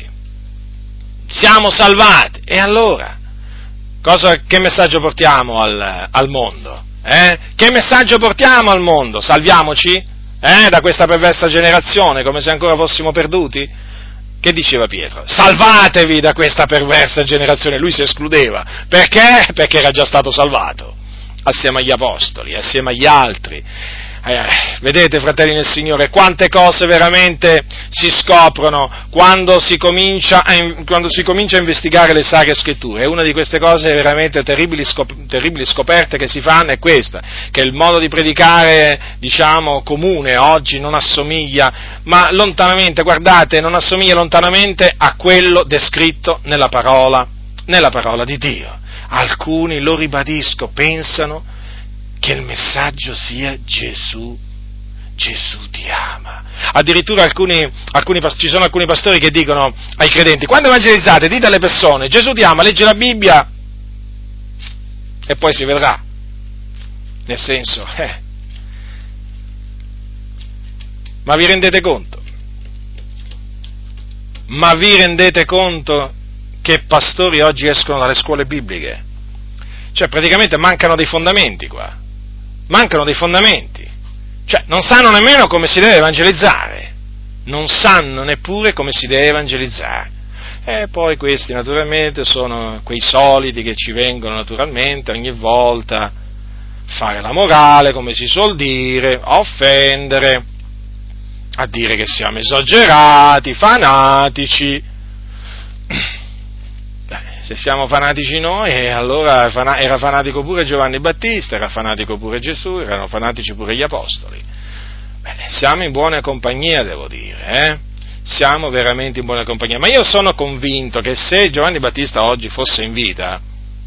siamo salvati, e allora, cosa, che messaggio portiamo al, al mondo? Eh? Che messaggio portiamo al mondo? Salviamoci? Eh? Da questa perversa generazione, come se ancora fossimo perduti? Che diceva Pietro? Salvatevi da questa perversa generazione, lui si escludeva, perché? Perché era già stato salvato, assieme agli apostoli, assieme agli altri. Eh, vedete, fratelli nel Signore, quante cose veramente si scoprono quando si comincia a, quando si comincia a investigare le Sacre Scritture. E una di queste cose veramente terribili, scop- terribili scoperte che si fanno è questa, che il modo di predicare, diciamo, comune oggi non assomiglia, ma lontanamente, guardate, non assomiglia lontanamente a quello descritto nella parola, nella parola di Dio. Alcuni, lo ribadisco, pensano che il messaggio sia Gesù, Gesù ti ama. Addirittura alcuni, alcuni, ci sono alcuni pastori che dicono ai credenti: quando evangelizzate dite alle persone Gesù ti ama, leggi la Bibbia e poi si vedrà. Nel senso, eh. Ma vi rendete conto? Ma vi rendete conto che pastori oggi escono dalle scuole bibliche? Cioè praticamente mancano dei fondamenti qua. Mancano dei fondamenti, cioè non sanno nemmeno come si deve evangelizzare, non sanno neppure come si deve evangelizzare. E poi questi naturalmente sono quei soliti che ci vengono naturalmente ogni volta fare la morale, come si suol dire, a offendere, a dire che siamo esagerati, fanatici. Se siamo fanatici noi, allora era fanatico pure Giovanni Battista, era fanatico pure Gesù, erano fanatici pure gli Apostoli. Beh, siamo in buona compagnia, devo dire, eh? Siamo veramente in buona compagnia. Ma io sono convinto che se Giovanni Battista oggi fosse in vita,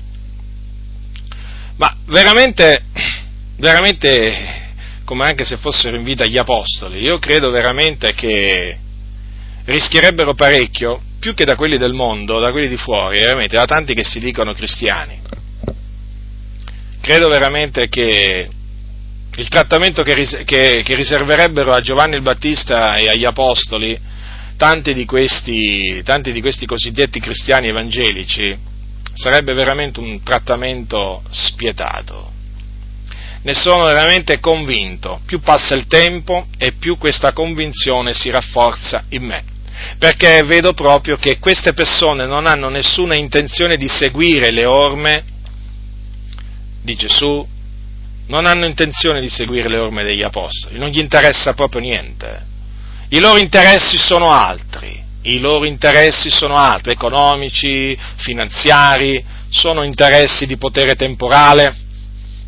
ma veramente, veramente, come anche se fossero in vita gli Apostoli, io credo veramente che rischierebbero parecchio, più che da quelli del mondo, da quelli di fuori, veramente, da tanti che si dicono cristiani. Credo veramente che il trattamento che, ris- che, che riserverebbero a Giovanni il Battista e agli Apostoli tanti di questi, tanti di questi cosiddetti cristiani evangelici sarebbe veramente un trattamento spietato. Ne sono veramente convinto. Più passa il tempo e più questa convinzione si rafforza in me. Perché vedo proprio che queste persone non hanno nessuna intenzione di seguire le orme di Gesù, non hanno intenzione di seguire le orme degli Apostoli, non gli interessa proprio niente. I loro interessi sono altri, i loro interessi sono altri, economici, finanziari, sono interessi di potere temporale,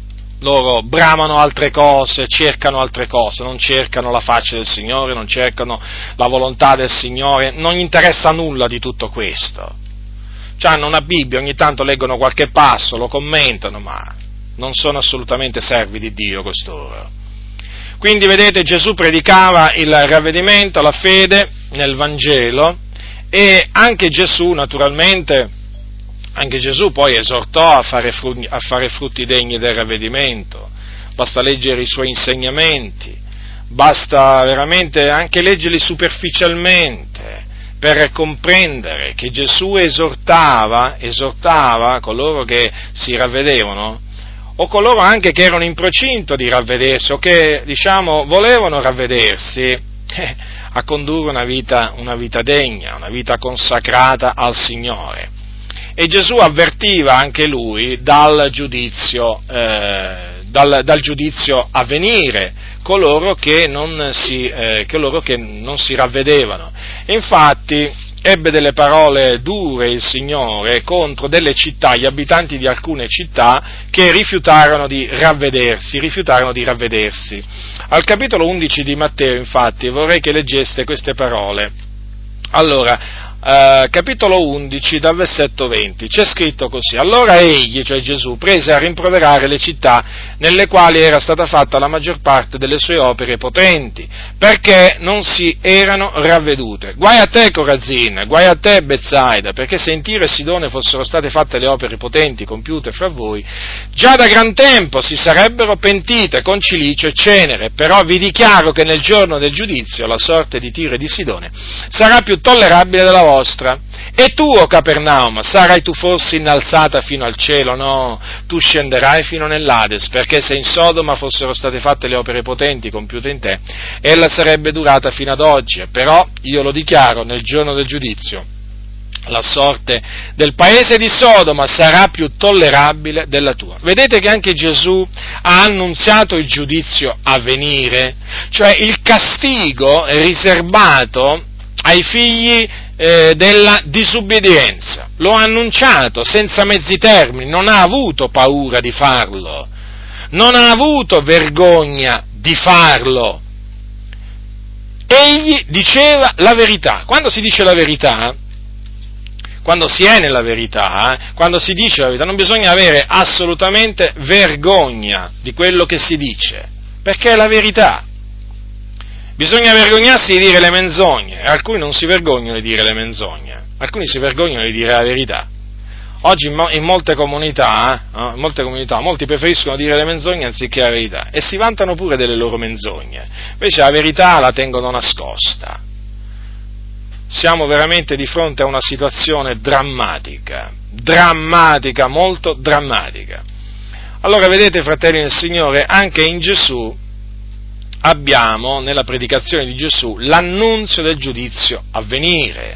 loro bramano altre cose, cercano altre cose, non cercano la faccia del Signore, non cercano la volontà del Signore, non gli interessa nulla di tutto questo. Cioè, hanno una Bibbia, ogni tanto leggono qualche passo, lo commentano, ma non sono assolutamente servi di Dio costoro. Quindi, vedete, Gesù predicava il ravvedimento, la fede nel Vangelo, e anche Gesù, naturalmente, anche Gesù poi esortò a fare, frutti, a fare frutti degni del ravvedimento. Basta leggere i suoi insegnamenti, basta veramente anche leggerli superficialmente per comprendere che Gesù esortava, esortava coloro che si ravvedevano, o coloro anche che erano in procinto di ravvedersi, o che, diciamo, volevano ravvedersi, eh, a condurre una vita, una vita degna, una vita consacrata al Signore. E Gesù avvertiva anche lui dal giudizio, eh, dal, dal giudizio a venire coloro che non si, eh, coloro che non si ravvedevano. E infatti ebbe delle parole dure il Signore contro delle città, gli abitanti di alcune città che rifiutarono di ravvedersi, rifiutarono di ravvedersi. Al capitolo undici di Matteo, infatti, vorrei che leggeste queste parole. Allora, Uh, capitolo undici, dal versetto venti, c'è scritto così: allora egli, cioè Gesù, prese a rimproverare le città nelle quali era stata fatta la maggior parte delle sue opere potenti, perché non si erano ravvedute. Guai a te, Corazin, guai a te, Betsaida, perché se in Tiro e Sidone fossero state fatte le opere potenti compiute fra voi, già da gran tempo si sarebbero pentite con cilicio e cenere. Però vi dichiaro che nel giorno del giudizio la sorte di Tiro e di Sidone sarà più tollerabile della vostra. E tu, o Capernaum, sarai tu forse innalzata fino al cielo? No, tu scenderai fino nell'Ades, perché se in Sodoma fossero state fatte le opere potenti compiute in te, ella sarebbe durata fino ad oggi. Però io lo dichiaro, nel giorno del giudizio la sorte del paese di Sodoma sarà più tollerabile della tua. Vedete che anche Gesù ha annunziato il giudizio a venire, cioè il castigo riservato ai figli eh, della disubbidienza. Lo ha annunciato senza mezzi termini, non ha avuto paura di farlo, non ha avuto vergogna di farlo. Egli diceva la verità. Quando si dice la verità, quando si è nella verità, eh, quando si dice la verità, non bisogna avere assolutamente vergogna di quello che si dice, perché è la verità. Bisogna vergognarsi di dire le menzogne, e alcuni non si vergognano di dire le menzogne, alcuni si vergognano di dire la verità. Oggi in, mo- in molte comunità, eh, in molte comunità, molti preferiscono dire le menzogne anziché la verità, e si vantano pure delle loro menzogne, invece la verità la tengono nascosta. Siamo veramente di fronte a una situazione drammatica, drammatica, molto drammatica. Allora, vedete, fratelli del Signore, anche in Gesù abbiamo, nella predicazione di Gesù, l'annunzio del giudizio a venire.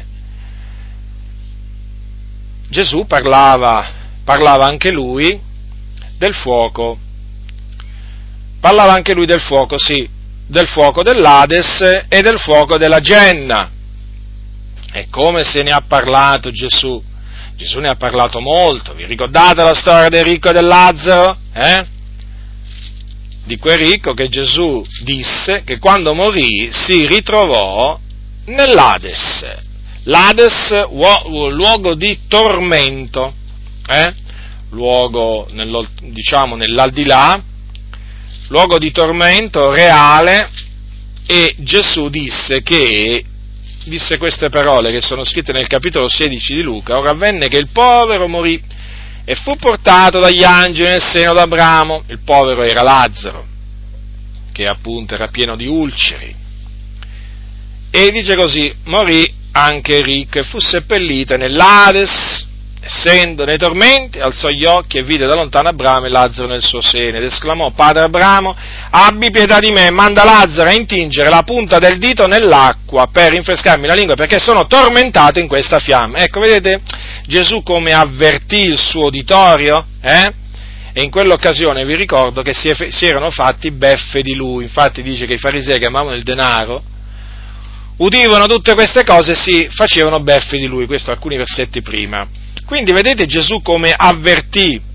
Gesù parlava, parlava anche lui del fuoco, parlava anche lui del fuoco, sì, del fuoco dell'Ades e del fuoco della Genna. E come se ne ha parlato Gesù? Gesù ne ha parlato molto. Vi ricordate la storia del ricco e del Lazzaro? Eh? Di quel ricco che Gesù disse che quando morì si ritrovò nell'Ades. L'Ades, luogo di tormento, eh? Luogo, nello, diciamo, nell'aldilà, luogo di tormento reale, e Gesù disse che disse queste parole che sono scritte nel capitolo sedici di Luca: ora avvenne che il povero morì e fu portato dagli angeli nel seno d'Abramo. Il povero era Lazzaro, che appunto era pieno di ulceri. E dice così: morì anche il ricco e fu seppellito nell'Ades. Essendo nei tormenti, alzò gli occhi e vide da lontano Abramo e Lazzaro nel suo seno, ed esclamò: Padre Abramo, abbi pietà di me, manda Lazzaro a intingere la punta del dito nell'acqua per rinfrescarmi la lingua, perché sono tormentato in questa fiamma. Ecco, vedete Gesù come avvertì il suo uditorio, eh? E in quell'occasione vi ricordo che si, si erano fatti beffe di lui. Infatti dice che i farisei che amavano il denaro udivano tutte queste cose e si facevano beffe di lui, questo alcuni versetti prima. Quindi vedete Gesù come avvertì,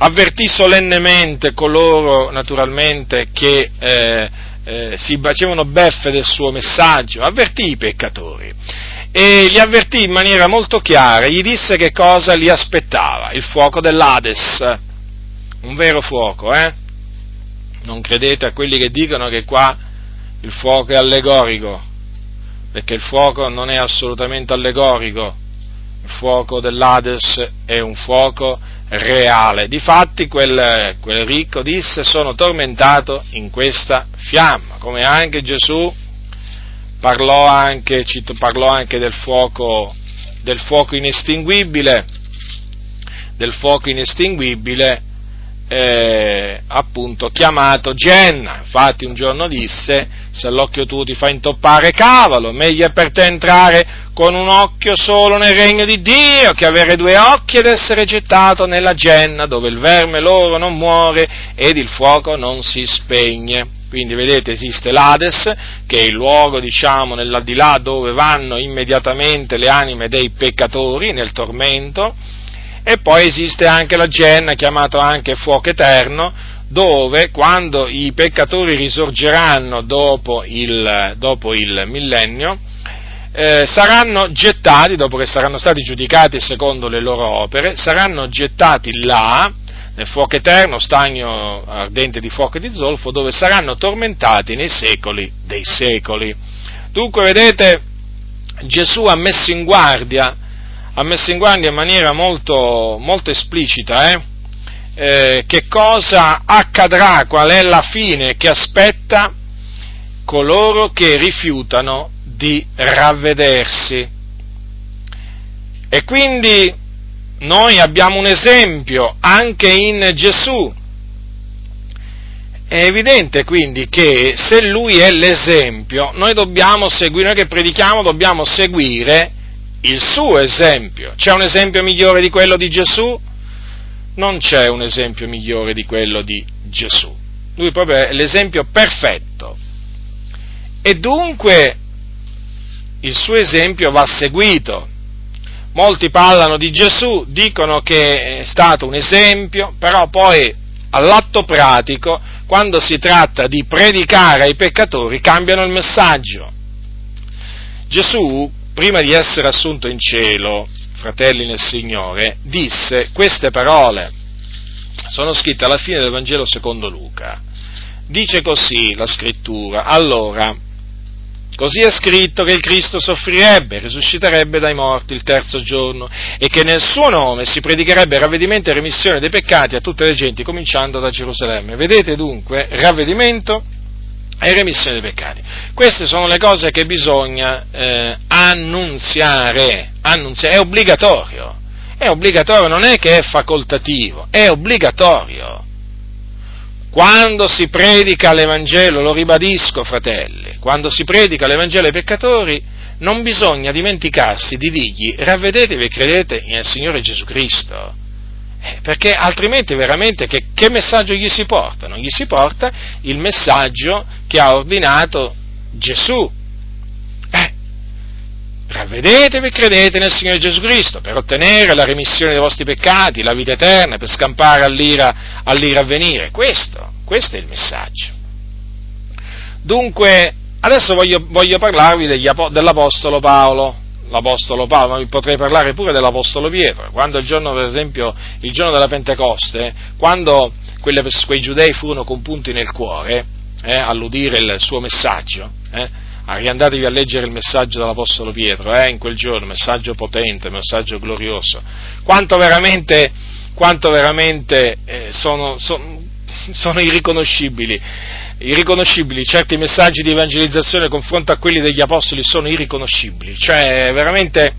avvertì solennemente coloro, naturalmente, che eh, eh, si facevano beffe del suo messaggio, avvertì i peccatori e li avvertì in maniera molto chiara, gli disse che cosa li aspettava: il fuoco dell'Ades, un vero fuoco, eh? Non credete a quelli che dicono che qua il fuoco è allegorico, perché il fuoco non è assolutamente allegorico. Il fuoco dell'Ades è un fuoco reale. Difatti quel, quel ricco disse: sono tormentato in questa fiamma, come anche Gesù parlò anche, parlò anche del fuoco, del fuoco inestinguibile, del fuoco inestinguibile eh, appunto chiamato Genna. Infatti un giorno disse: se l'occhio tuo ti fa intoppare, cavalo, meglio è per te entrare con un occhio solo nel regno di Dio, che avere due occhi ed essere gettato nella genna, dove il verme loro non muore ed il fuoco non si spegne. Quindi vedete, esiste l'Ades, che è il luogo, diciamo, nell'aldilà dove vanno immediatamente le anime dei peccatori nel tormento, e poi esiste anche la genna, chiamato anche fuoco eterno, dove quando i peccatori risorgeranno dopo il, dopo il millennio, Eh, saranno gettati, dopo che saranno stati giudicati secondo le loro opere, saranno gettati là, nel fuoco eterno, stagno ardente di fuoco e di zolfo, dove saranno tormentati nei secoli dei secoli. Dunque, vedete, Gesù ha messo in guardia, ha messo in guardia in maniera molto, molto esplicita, eh, eh, che cosa accadrà, qual è la fine che aspetta coloro che rifiutano di ravvedersi. E quindi noi abbiamo un esempio anche in Gesù. È evidente quindi che se Lui è l'esempio, noi dobbiamo seguire, noi che predichiamo dobbiamo seguire il suo esempio. C'è un esempio migliore di quello di Gesù? Non c'è un esempio migliore di quello di Gesù. Lui proprio è l'esempio perfetto. E dunque il suo esempio va seguito. Molti parlano di Gesù, dicono che è stato un esempio, però poi all'atto pratico, quando si tratta di predicare ai peccatori, cambiano il messaggio. Gesù, prima di essere assunto in cielo, fratelli nel Signore, disse queste parole, sono scritte alla fine del Vangelo secondo Luca. Dice così la scrittura: allora, così è scritto che il Cristo soffrirebbe, risusciterebbe dai morti il terzo giorno, e che nel suo nome si predicherebbe ravvedimento e remissione dei peccati a tutte le genti, cominciando da Gerusalemme. Vedete dunque, ravvedimento e remissione dei peccati. Queste sono le cose che bisogna eh, annunziare, annunziare, è obbligatorio, è obbligatorio, non è che è facoltativo, è obbligatorio. Quando si predica l'Evangelo, lo ribadisco, fratelli, quando si predica l'Evangelo ai peccatori, non bisogna dimenticarsi di dirgli: ravvedetevi e credete nel Signore Gesù Cristo, eh, perché altrimenti veramente che, che messaggio gli si porta? Non gli si porta il messaggio che ha ordinato Gesù. Eh, ravvedetevi e credete nel Signore Gesù Cristo per ottenere la remissione dei vostri peccati, la vita eterna, per scampare all'ira, all'ira a venire. Questo, questo è il messaggio. Dunque, adesso voglio, voglio parlarvi degli, dell'Apostolo Paolo, l'Apostolo Paolo, ma vi potrei parlare pure dell'Apostolo Pietro. Quando il giorno, per esempio, il giorno della Pentecoste, quando quelle, quei giudei furono compunti nel cuore, eh, all'udire il suo messaggio, eh, riandatevi a leggere il messaggio dell'Apostolo Pietro, eh, in quel giorno, messaggio potente, messaggio glorioso, quanto veramente, quanto veramente eh, sono, sono, sono irriconoscibili, irriconoscibili, certi messaggi di evangelizzazione confronto a quelli degli Apostoli sono irriconoscibili, cioè veramente,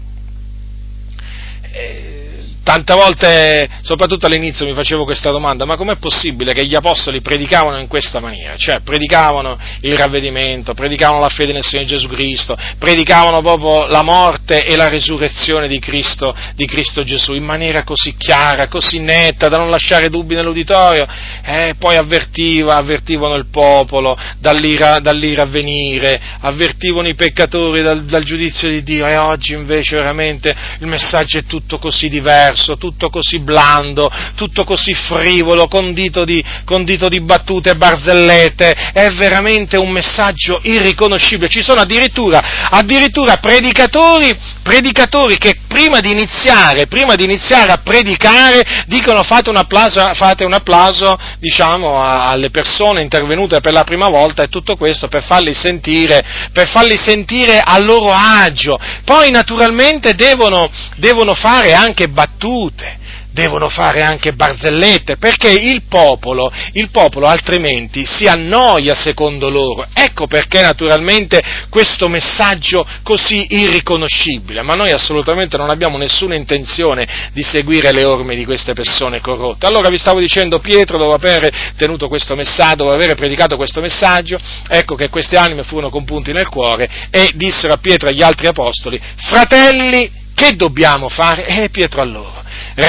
eh, tante volte, soprattutto all'inizio, mi facevo questa domanda: ma com'è possibile che gli apostoli predicavano in questa maniera? Cioè, predicavano il ravvedimento, predicavano la fede nel Signore Gesù Cristo, predicavano proprio la morte e la risurrezione di Cristo, di Cristo Gesù, in maniera così chiara, così netta, da non lasciare dubbi nell'uditorio, e poi avvertiva, avvertivano il popolo dall'ira, dall'ira a venire, avvertivano i peccatori dal, dal giudizio di Dio, e oggi invece veramente il messaggio è tutto così diverso. complesso, tutto così blando, tutto così frivolo, condito di, condito di battute e barzellette, è veramente un messaggio irriconoscibile. Ci sono addirittura, addirittura predicatori, predicatori che prima di iniziare, prima di iniziare a predicare dicono fate un applauso, fate un applauso, diciamo, alle persone intervenute per la prima volta, e tutto questo per farli sentire, per farli sentire a loro agio. Poi naturalmente devono, devono fare anche battute, devono fare anche barzellette, perché il popolo, il popolo altrimenti si annoia secondo loro. Ecco perché naturalmente questo messaggio così irriconoscibile, ma noi assolutamente non abbiamo nessuna intenzione di seguire le orme di queste persone corrotte. Allora vi stavo dicendo, Pietro, dopo aver tenuto questo messaggio, dopo aver predicato questo messaggio, ecco che queste anime furono compunti nel cuore e dissero a Pietro e agli altri apostoli: fratelli, che dobbiamo fare? E Pietro a loro: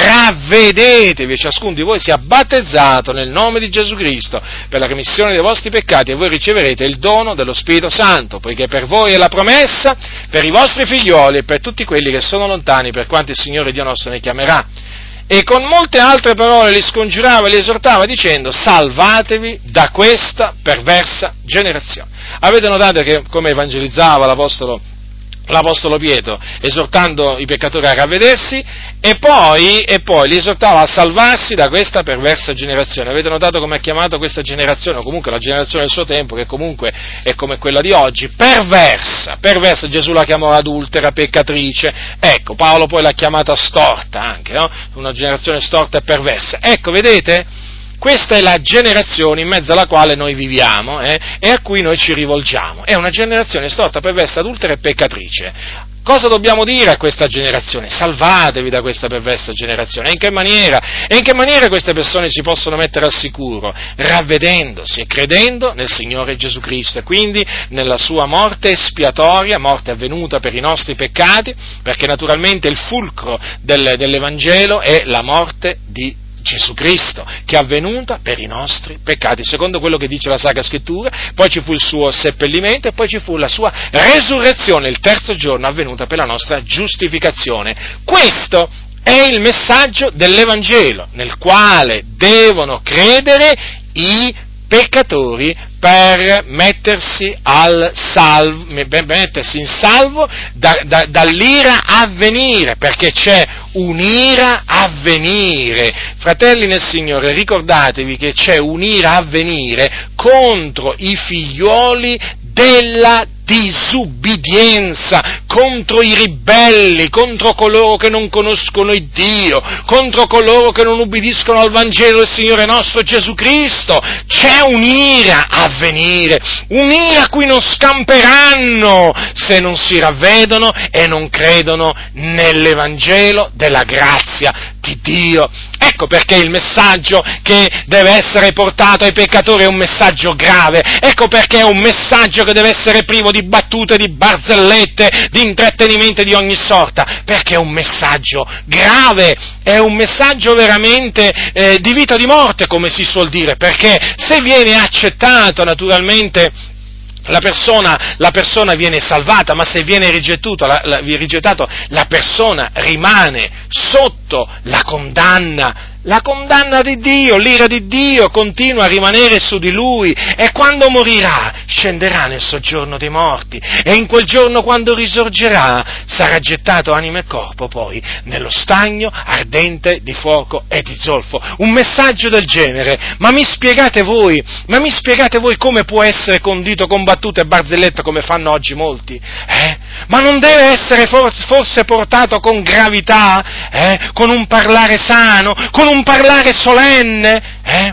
ravvedetevi e ciascuno di voi sia battezzato nel nome di Gesù Cristo per la remissione dei vostri peccati, e voi riceverete il dono dello Spirito Santo, poiché per voi è la promessa, per i vostri figlioli e per tutti quelli che sono lontani, per quanto il Signore Dio nostro ne chiamerà. E con molte altre parole li scongiurava e li esortava dicendo: salvatevi da questa perversa generazione. Avete notato che come evangelizzava l'Apostolo l'Apostolo Pietro, esortando i peccatori a ravvedersi, e poi, e poi li esortava a salvarsi da questa perversa generazione. Avete notato come ha chiamato questa generazione, o comunque la generazione del suo tempo, che comunque è come quella di oggi, perversa, perversa. Gesù la chiamò adultera, peccatrice, ecco, Paolo poi l'ha chiamata storta anche, no? Una generazione storta e perversa. Ecco, vedete? Questa è la generazione in mezzo alla quale noi viviamo eh, e a cui noi ci rivolgiamo. È una generazione storta, perversa, adultera e peccatrice. Cosa dobbiamo dire a questa generazione? Salvatevi da questa perversa generazione. E in che maniera? E in che maniera queste persone si possono mettere al sicuro? Ravvedendosi e credendo nel Signore Gesù Cristo, e quindi nella sua morte espiatoria, morte avvenuta per i nostri peccati, perché naturalmente il fulcro del, dell'Evangelo è la morte di Gesù Cristo, che è avvenuta per i nostri peccati, secondo quello che dice la Sacra Scrittura. Poi ci fu il suo seppellimento e poi ci fu la sua resurrezione il terzo giorno, avvenuta per la nostra giustificazione. Questo è il messaggio dell'Evangelo, nel quale devono credere i peccatori per mettersi, al salvo, mettersi in salvo da, da, dall'ira a venire, perché c'è un'ira a venire. Fratelli nel Signore, ricordatevi che c'è un'ira a venire contro i figlioli della disubbidienza, contro i ribelli, contro coloro che non conoscono il Dio, contro coloro che non ubbidiscono al Vangelo del Signore nostro Gesù Cristo. C'è un'ira a venire, un'ira a cui non scamperanno se non si ravvedono e non credono nell'Evangelo della grazia di Dio. Ecco perché il messaggio che deve essere portato ai peccatori è un messaggio grave, ecco perché è un messaggio che deve essere privo di battute, di barzellette, di intrattenimenti di ogni sorta, perché è un messaggio grave, è un messaggio veramente eh, di vita o di morte, come si suol dire, perché se viene accettato naturalmente La persona, la persona viene salvata, ma se viene rigettato la, la, rigettato, la persona rimane sotto la condanna, la condanna di Dio, l'ira di Dio continua a rimanere su di lui, e quando morirà scenderà nel soggiorno dei morti, e in quel giorno, quando risorgerà, sarà gettato anima e corpo poi nello stagno ardente di fuoco e di zolfo. Un messaggio del genere, ma mi spiegate voi, ma mi spiegate voi come può essere condito con battute e barzellette come fanno oggi molti? Eh? Ma non deve essere forse, forse portato con gravità, eh? Con un parlare sano, con un un parlare solenne, eh?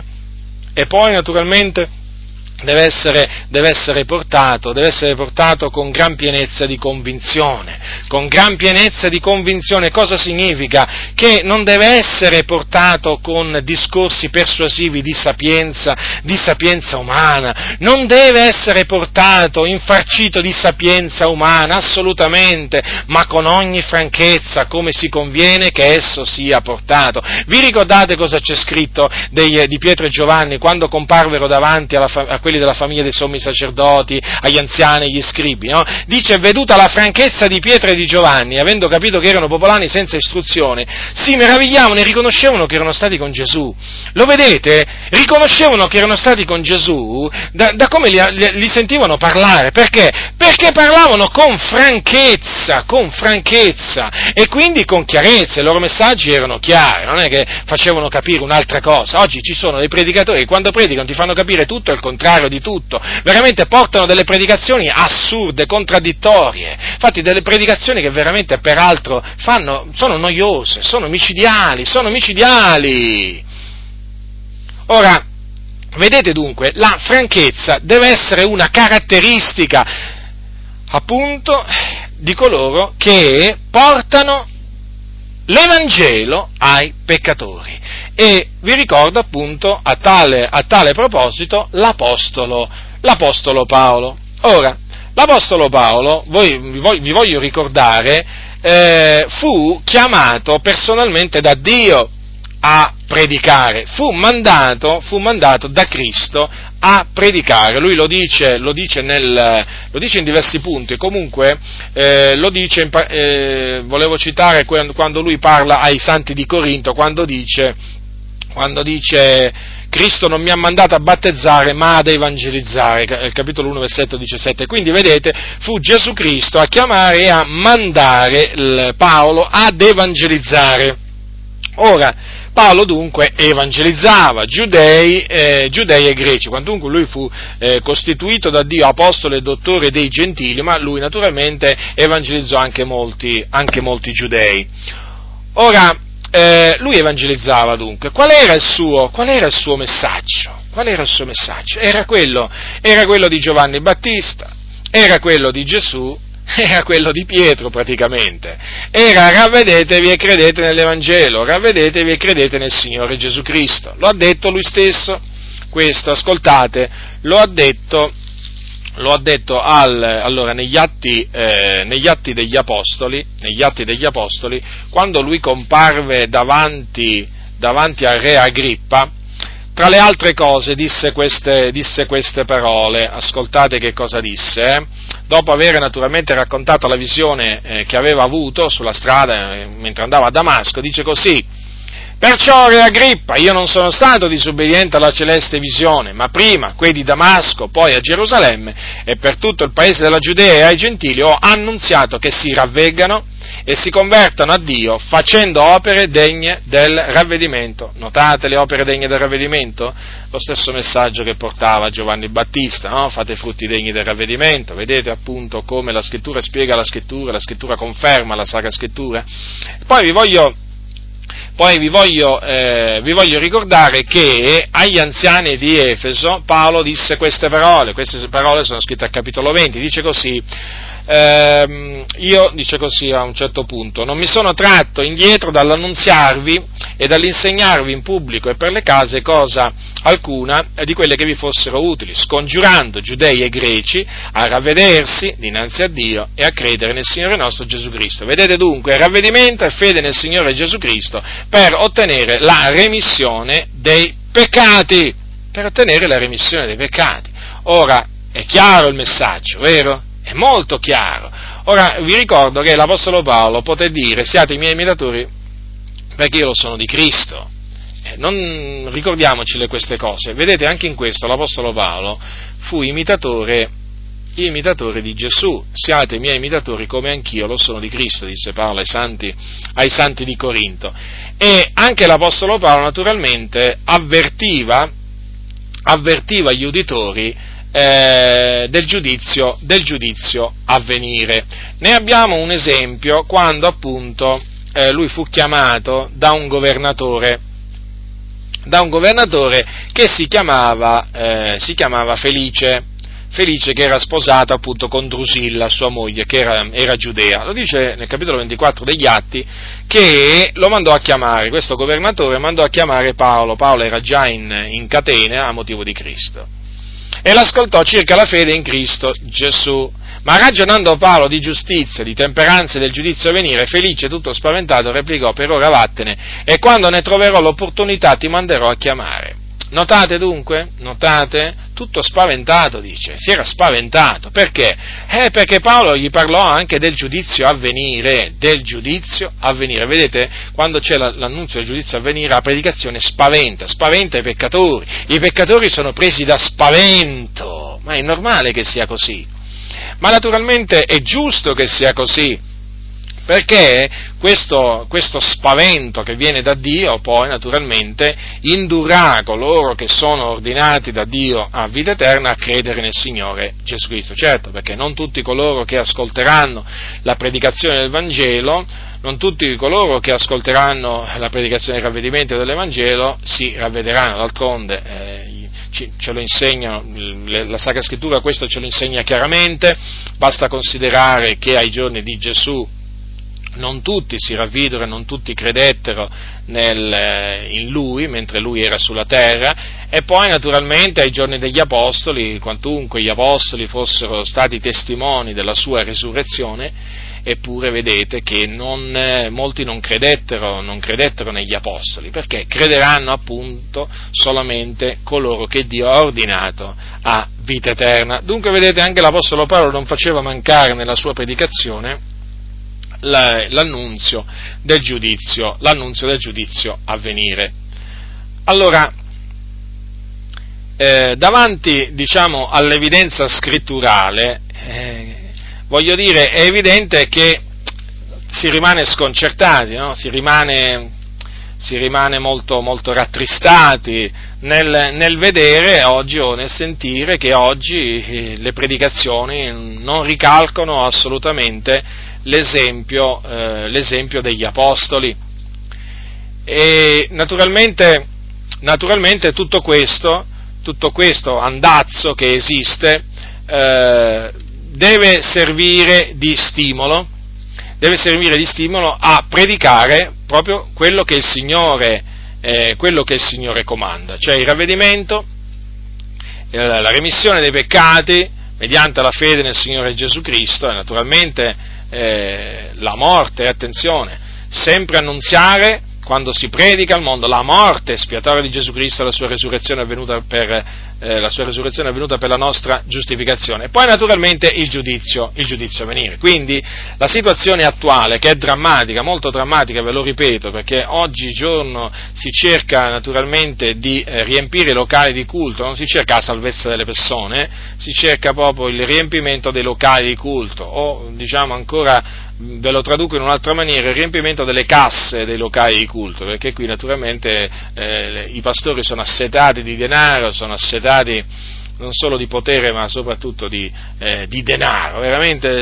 E poi naturalmente deve essere, deve essere portato, deve essere portato con gran pienezza di convinzione, con gran pienezza di convinzione. Cosa significa? Che non deve essere portato con discorsi persuasivi di sapienza, di sapienza umana, non deve essere portato infarcito di sapienza umana, assolutamente, ma con ogni franchezza, come si conviene che esso sia portato. Vi ricordate cosa c'è scritto dei, di Pietro e Giovanni quando comparvero davanti alla, a quelli della famiglia dei sommi sacerdoti, agli anziani, agli scribi, no? Dice: veduta la franchezza di Pietro e di Giovanni, avendo capito che erano popolani senza istruzione, si meravigliavano e riconoscevano che erano stati con Gesù. Lo vedete? Riconoscevano che erano stati con Gesù da, da come li, li, li sentivano parlare. Perché? Perché parlavano con franchezza, con franchezza e quindi con chiarezza. I loro messaggi erano chiari, non è che facevano capire un'altra cosa. Oggi ci sono dei predicatori che quando predicano ti fanno capire tutto e il contrario di tutto. Veramente portano delle predicazioni assurde, contraddittorie. Infatti delle predicazioni che veramente peraltro fanno, sono noiose, sono micidiali, sono micidiali. Ora, vedete dunque, la franchezza deve essere una caratteristica, appunto, di coloro che portano l'Evangelo ai peccatori. E vi ricordo appunto a tale, a tale proposito l'Apostolo, l'Apostolo Paolo. Ora, l'Apostolo Paolo, voi, vi voglio ricordare, eh, fu chiamato personalmente da Dio a predicare, fu mandato, fu mandato da Cristo a predicare. Lui lo dice, lo dice, nel, lo dice in diversi punti, comunque eh, lo dice, in, eh, volevo citare quando lui parla ai santi di Corinto, quando dice, quando dice Cristo non mi ha mandato a battezzare ma ad evangelizzare, il capitolo uno versetto diciassette. Quindi vedete, fu Gesù Cristo a chiamare e a mandare il Paolo ad evangelizzare. Ora, Paolo dunque evangelizzava giudei, eh, giudei e greci, quantunque lui fu eh, costituito da Dio apostolo e dottore dei gentili, ma lui naturalmente evangelizzò anche molti, anche molti giudei. Ora, eh, lui evangelizzava dunque. Qual era il suo, qual era il suo messaggio? Qual era il suo messaggio? Era quello, era quello di Giovanni Battista, era quello di Gesù, era quello di Pietro praticamente, era ravvedetevi e credete nell'Evangelo, ravvedetevi e credete nel Signore Gesù Cristo. Lo ha detto lui stesso, questo, ascoltate, lo ha detto, lo ha detto al, allora, negli atti, eh, negli atti degli Apostoli, negli atti degli Apostoli, quando lui comparve davanti, davanti al re Agrippa. Tra le altre cose disse queste, disse queste parole, ascoltate che cosa disse, eh? Dopo aver naturalmente raccontato la visione eh, che aveva avuto sulla strada eh, mentre andava a Damasco, dice così: perciò, re Agrippa, io non sono stato disobbediente alla celeste visione, ma prima quei di Damasco, poi a Gerusalemme e per tutto il paese della Giudea e ai gentili ho annunziato che si ravveggano e si convertano a Dio facendo opere degne del ravvedimento. Notate le opere degne del ravvedimento? Lo stesso messaggio che portava Giovanni Battista, no? Fate frutti degni del ravvedimento. Vedete appunto come la Scrittura spiega la Scrittura, la Scrittura conferma la Sacra Scrittura. Poi vi voglio Poi vi voglio, eh, vi voglio ricordare che agli anziani di Efeso Paolo disse queste parole, queste parole sono scritte al capitolo venti, dice così, ehm, io, dice così a un certo punto, non mi sono tratto indietro dall'annunziarvi e dall'insegnarvi in pubblico e per le case cosa alcuna di quelle che vi fossero utili, scongiurando giudei e greci a ravvedersi dinanzi a Dio e a credere nel Signore nostro Gesù Cristo. Vedete dunque, ravvedimento e fede nel Signore Gesù Cristo per ottenere la remissione dei peccati, per ottenere la remissione dei peccati. Ora, è chiaro il messaggio, vero? È molto chiaro. Ora, vi ricordo che l'Apostolo Paolo poté dire, siate i miei imitatori perché io lo sono di Cristo. Eh, non ricordiamoci queste cose. Vedete, anche in questo l'Apostolo Paolo fu imitatore, imitatore di Gesù. Siate i miei imitatori come anch'io lo sono di Cristo, disse Paolo ai santi, ai santi di Corinto. E anche l'Apostolo Paolo naturalmente avvertiva, avvertiva gli uditori eh, del giudizio, del giudizio a venire. Ne abbiamo un esempio quando appunto eh, lui fu chiamato da un governatore, da un governatore che si chiamava, eh, si chiamava Felice, Felice che era sposato appunto con Drusilla, sua moglie, che era, era giudea. Lo dice nel capitolo ventiquattro degli Atti, che lo mandò a chiamare, questo governatore mandò a chiamare Paolo, Paolo era già in, in catene a motivo di Cristo, e l'ascoltò circa la fede in Cristo Gesù. Ma ragionando Paolo di giustizia, di temperanza e del giudizio a venire, Felice, tutto spaventato, replicò: per ora vattene, e quando ne troverò l'opportunità ti manderò a chiamare. Notate dunque, notate, tutto spaventato, dice, si era spaventato, perché? Eh, perché Paolo gli parlò anche del giudizio a venire, del giudizio a venire, vedete, quando c'è l'annunzio del giudizio a venire, la predicazione spaventa, spaventa i peccatori, i peccatori sono presi da spavento, ma è normale che sia così, ma naturalmente è giusto che sia così, perché questo, questo spavento che viene da Dio poi naturalmente indurrà coloro che sono ordinati da Dio a vita eterna a credere nel Signore Gesù Cristo. Certo, perché non tutti coloro che ascolteranno la predicazione del Vangelo, non tutti coloro che ascolteranno la predicazione del ravvedimento dell'Evangelo si ravvederanno, d'altronde eh, ce lo insegna, la Sacra Scrittura questo ce lo insegna chiaramente, basta considerare che ai giorni di Gesù non tutti si ravvidero e non tutti credettero nel, in Lui, mentre Lui era sulla terra, e poi naturalmente ai giorni degli Apostoli, quantunque gli Apostoli fossero stati testimoni della Sua resurrezione, eppure vedete che non, molti non credettero, non credettero negli Apostoli, perché crederanno appunto solamente coloro che Dio ha ordinato a vita eterna. Dunque vedete, anche l'Apostolo Paolo non faceva mancare nella sua predicazione l'annunzio del giudizio, l'annunzio del giudizio a venire. Allora, eh, davanti, diciamo, all'evidenza scritturale, eh, voglio dire, è evidente che si rimane sconcertati, no? Si rimane, si rimane molto, molto rattristati nel, nel vedere oggi o nel sentire che oggi eh, le predicazioni non ricalcano assolutamente L'esempio, eh, l'esempio degli apostoli. E naturalmente, naturalmente tutto questo, tutto questo andazzo che esiste eh, deve servire di stimolo, deve servire di stimolo a predicare proprio quello che il Signore, eh, quello che il Signore comanda, cioè il ravvedimento, la remissione dei peccati mediante la fede nel Signore Gesù Cristo e naturalmente Eh, la morte, attenzione, sempre annunziare quando si predica al mondo la morte espiatoria di Gesù Cristo e la sua resurrezione è avvenuta per eh, la sua resurrezione è avvenuta per la nostra giustificazione. E poi naturalmente il giudizio, il giudizio a venire. Quindi la situazione attuale, che è drammatica, molto drammatica, ve lo ripeto, perché oggigiorno si cerca naturalmente di eh, riempire i locali di culto, non si cerca la salvezza delle persone, si cerca proprio il riempimento dei locali di culto, o diciamo ancora, ve lo traduco in un'altra maniera, il riempimento delle casse dei locali di culto, perché qui naturalmente eh, i pastori sono assetati di denaro, sono assetati non solo di potere ma soprattutto di, eh, di denaro, veramente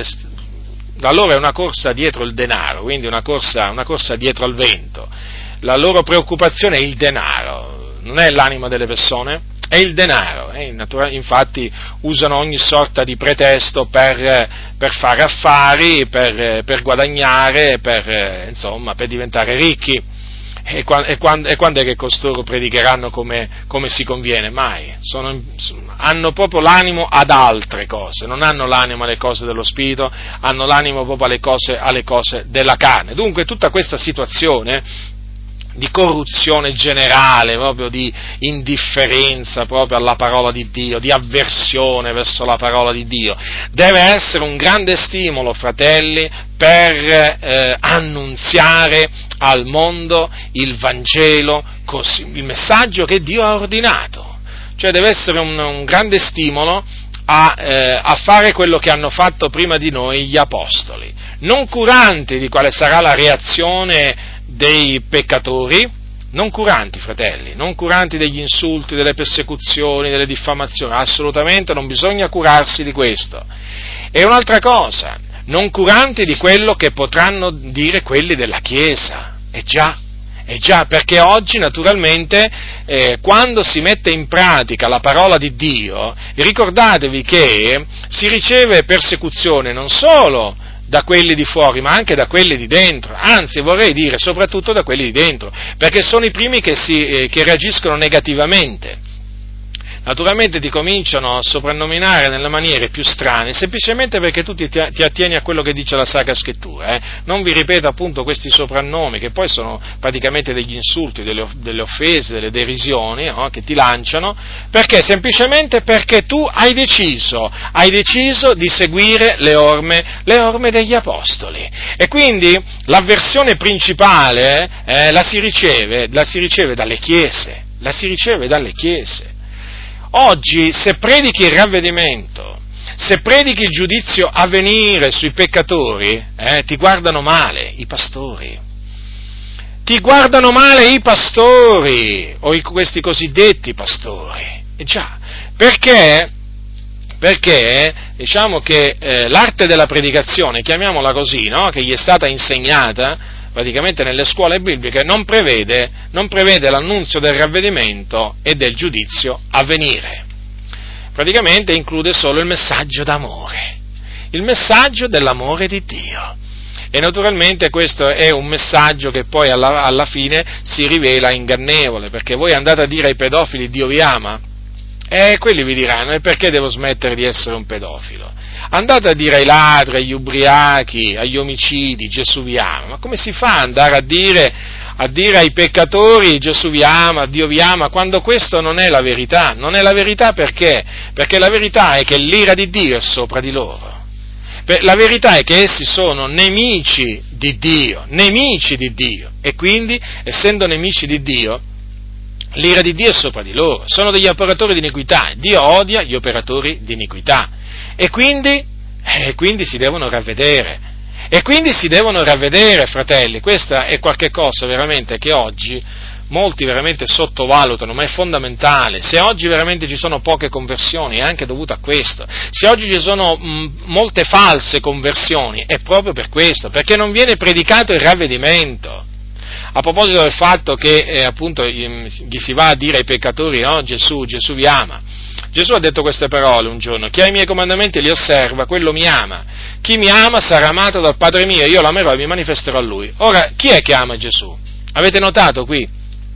da loro è una corsa dietro il denaro, quindi una corsa, una corsa dietro al vento, la loro preoccupazione è il denaro, non è l'anima delle persone, è il denaro, eh, infatti usano ogni sorta di pretesto per, per fare affari, per, per guadagnare, per, insomma, per diventare ricchi. E quando, e, quando, e quando è che costoro predicheranno come, come si conviene? Mai. Sono, hanno proprio l'animo ad altre cose, non hanno l'animo alle cose dello spirito, hanno l'animo proprio alle cose, alle cose della carne. Dunque tutta questa situazione di corruzione generale, proprio di indifferenza proprio alla parola di Dio, di avversione verso la parola di Dio, deve essere un grande stimolo, fratelli, per eh, annunziare al mondo il Vangelo, così, il messaggio che Dio ha ordinato, cioè deve essere un, un grande stimolo a, eh, a fare quello che hanno fatto prima di noi gli apostoli, non curanti di quale sarà la reazione dei peccatori, non curanti, fratelli, non curanti degli insulti, delle persecuzioni, delle diffamazioni, assolutamente non bisogna curarsi di questo. E un'altra cosa, non curanti di quello che potranno dire quelli della Chiesa, e già, e già, perché oggi naturalmente eh, quando si mette in pratica la parola di Dio, ricordatevi che si riceve persecuzione non solo da quelli di fuori, ma anche da quelli di dentro, anzi vorrei dire soprattutto da quelli di dentro, perché sono i primi che, si, eh, che reagiscono negativamente. naturalmente ti cominciano a soprannominare nelle maniere più strane, semplicemente perché tu ti, ti attieni a quello che dice la Sacra Scrittura, eh? Non vi ripeto appunto questi soprannomi, che poi sono praticamente degli insulti, delle, delle offese, delle derisioni, no? Che ti lanciano, perché semplicemente perché tu hai deciso, hai deciso di seguire le orme, le orme degli Apostoli, e quindi l'avversione principale eh, la si riceve, la si riceve dalle chiese, la si riceve dalle chiese. Oggi, se predichi il ravvedimento, se predichi il giudizio a venire sui peccatori, eh, ti guardano male i pastori. Ti guardano male i pastori, o i, questi cosiddetti pastori. E già, perché? Perché, diciamo che eh, l'arte della predicazione, chiamiamola così, no? Che gli è stata insegnata praticamente nelle scuole bibliche, non prevede, non prevede l'annunzio del ravvedimento e del giudizio a venire. Praticamente include solo il messaggio d'amore, il messaggio dell'amore di Dio. E naturalmente questo è un messaggio che poi alla, alla fine si rivela ingannevole, perché voi andate a dire ai pedofili Dio vi ama, e quelli vi diranno, e perché devo smettere di essere un pedofilo? Andate a dire ai ladri, agli ubriachi, agli omicidi, Gesù vi ama. Ma come si fa ad andare a dire, a dire ai peccatori Gesù vi ama, Dio vi ama, quando questo non è la verità? Non è la verità perché? Perché la verità è che l'ira di Dio è sopra di loro. La verità è che essi sono nemici di Dio, nemici di Dio, e quindi, essendo nemici di Dio, l'ira di Dio è sopra di loro, sono degli operatori di iniquità, Dio odia gli operatori di iniquità, e quindi, e quindi si devono ravvedere, e quindi si devono ravvedere, fratelli. Questa è qualche cosa veramente che oggi molti veramente sottovalutano, ma è fondamentale. Se oggi veramente ci sono poche conversioni, è anche dovuto a questo. Se oggi ci sono mh, molte false conversioni, è proprio per questo, perché non viene predicato il ravvedimento. A proposito del fatto che eh, appunto gli si va a dire ai peccatori, no, Gesù, Gesù vi ama. Gesù ha detto queste parole un giorno: chi ha i miei comandamenti e li osserva, quello mi ama. Chi mi ama sarà amato dal Padre mio, io l'amerò e mi manifesterò a lui. Ora, chi è che ama Gesù? Avete notato qui?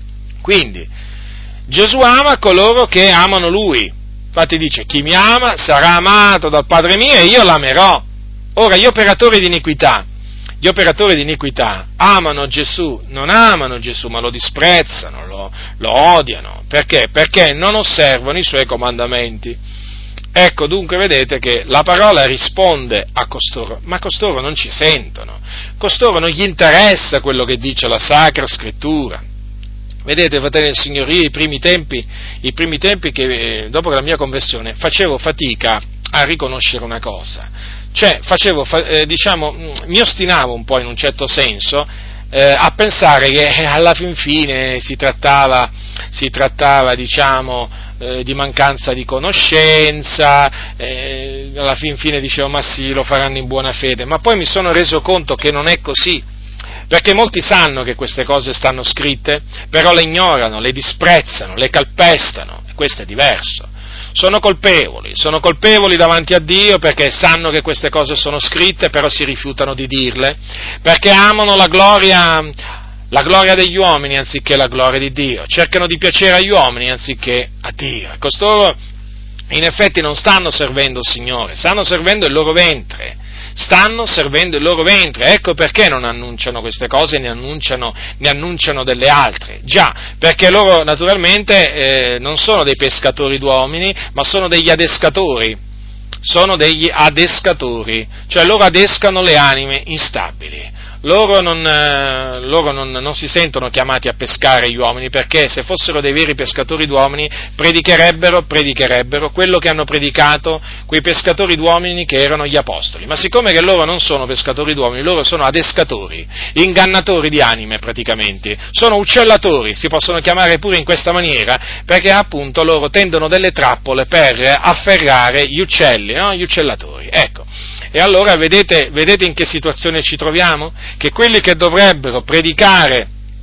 Quindi, Gesù ama coloro che amano Lui. Infatti dice, chi mi ama sarà amato dal Padre mio e io l'amerò. Ora, gli operatori di iniquità, gli operatori di iniquità amano Gesù, non amano Gesù, ma lo disprezzano, lo, lo odiano. Perché? Perché non osservano i Suoi comandamenti. Ecco, dunque, vedete che la parola risponde a costoro, ma costoro non ci sentono. Costoro non gli interessa quello che dice la Sacra Scrittura. Vedete, fratelli del Signore, io i primi tempi, i primi tempi che, eh, dopo la mia conversione, facevo fatica a riconoscere una cosa. Cioè, facevo, eh, diciamo, mi ostinavo un po' in un certo senso eh, a pensare che alla fin fine si trattava, si trattava, diciamo, eh, di mancanza di conoscenza, eh, alla fin fine dicevo, ma sì, lo faranno in buona fede, ma poi mi sono reso conto che non è così. Perché molti sanno che queste cose stanno scritte, però le ignorano, le disprezzano, le calpestano, e questo è diverso. Sono colpevoli, sono colpevoli davanti a Dio perché sanno che queste cose sono scritte, però si rifiutano di dirle, perché amano la gloria, la gloria degli uomini anziché la gloria di Dio, cercano di piacere agli uomini anziché a Dio. E costoro in effetti non stanno servendo il Signore, stanno servendo il loro ventre. Stanno servendo il loro ventre, ecco perché non annunciano queste cose e ne annunciano, ne annunciano delle altre. Già, perché loro naturalmente eh, non sono dei pescatori d'uomini, ma sono degli adescatori, sono degli adescatori, cioè loro adescano le anime instabili. Loro, non, eh, loro non, non si sentono chiamati a pescare gli uomini, perché se fossero dei veri pescatori d'uomini predicherebbero, predicherebbero quello che hanno predicato quei pescatori d'uomini che erano gli apostoli. Ma siccome che loro non sono pescatori d'uomini, loro sono adescatori, ingannatori di anime praticamente, sono uccellatori, si possono chiamare pure in questa maniera, perché appunto loro tendono delle trappole per afferrare gli uccelli, no? Gli uccellatori, ecco. E allora vedete, vedete in che situazione ci troviamo? Che quelli che dovrebbero predicare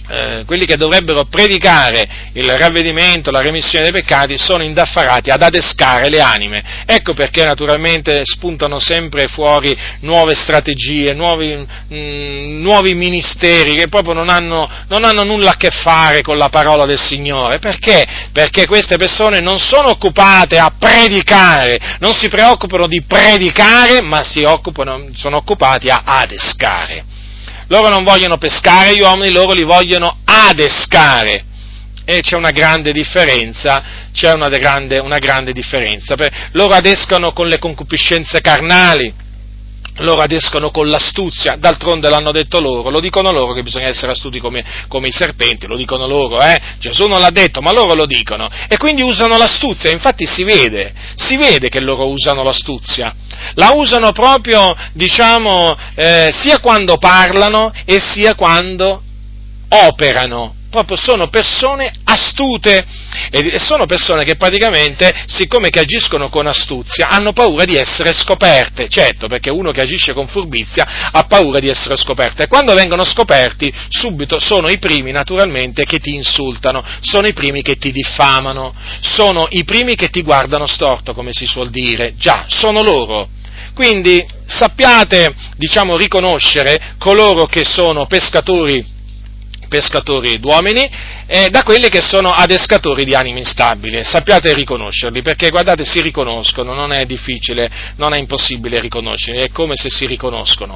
Eh, quelli che dovrebbero predicare il ravvedimento, la remissione dei peccati, sono indaffarati ad adescare le anime. Ecco perché naturalmente spuntano sempre fuori nuove strategie, nuovi, mh, nuovi ministeri che proprio non hanno, non hanno nulla a che fare con la parola del Signore. Perché? Perché queste persone non sono occupate a predicare, non si preoccupano di predicare, ma si occupano, sono occupati a adescare. Loro non vogliono pescare gli uomini, loro li vogliono adescare. E c'è una grande differenza, c'è una grande, una grande differenza. Loro adescano con le concupiscenze carnali, loro adescano con l'astuzia, d'altronde l'hanno detto loro, lo dicono loro che bisogna essere astuti come, come i serpenti, lo dicono loro, eh? Gesù non l'ha detto, ma loro lo dicono, e quindi usano l'astuzia, infatti si vede, si vede che loro usano l'astuzia, la usano proprio, diciamo, eh, sia quando parlano e sia quando operano. Proprio sono persone astute e sono persone che praticamente, siccome che agiscono con astuzia, hanno paura di essere scoperte. Certo, perché uno che agisce con furbizia ha paura di essere scoperto, e quando vengono scoperti subito sono i primi naturalmente che ti insultano, sono i primi che ti diffamano, sono i primi che ti guardano storto, come si suol dire. Già, sono loro. Quindi sappiate, diciamo, riconoscere coloro che sono pescatori pescatori d'uomini, eh, da quelli che sono adescatori di anime instabili. Sappiate riconoscerli, perché guardate, si riconoscono, non è difficile, non è impossibile riconoscerli, è come se si riconoscono.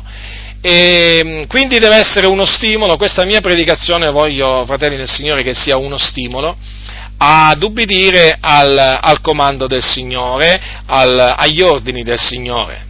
E quindi deve essere uno stimolo, questa mia predicazione voglio, fratelli del Signore, che sia uno stimolo ad ubbidire al, al comando del Signore, al, agli ordini del Signore.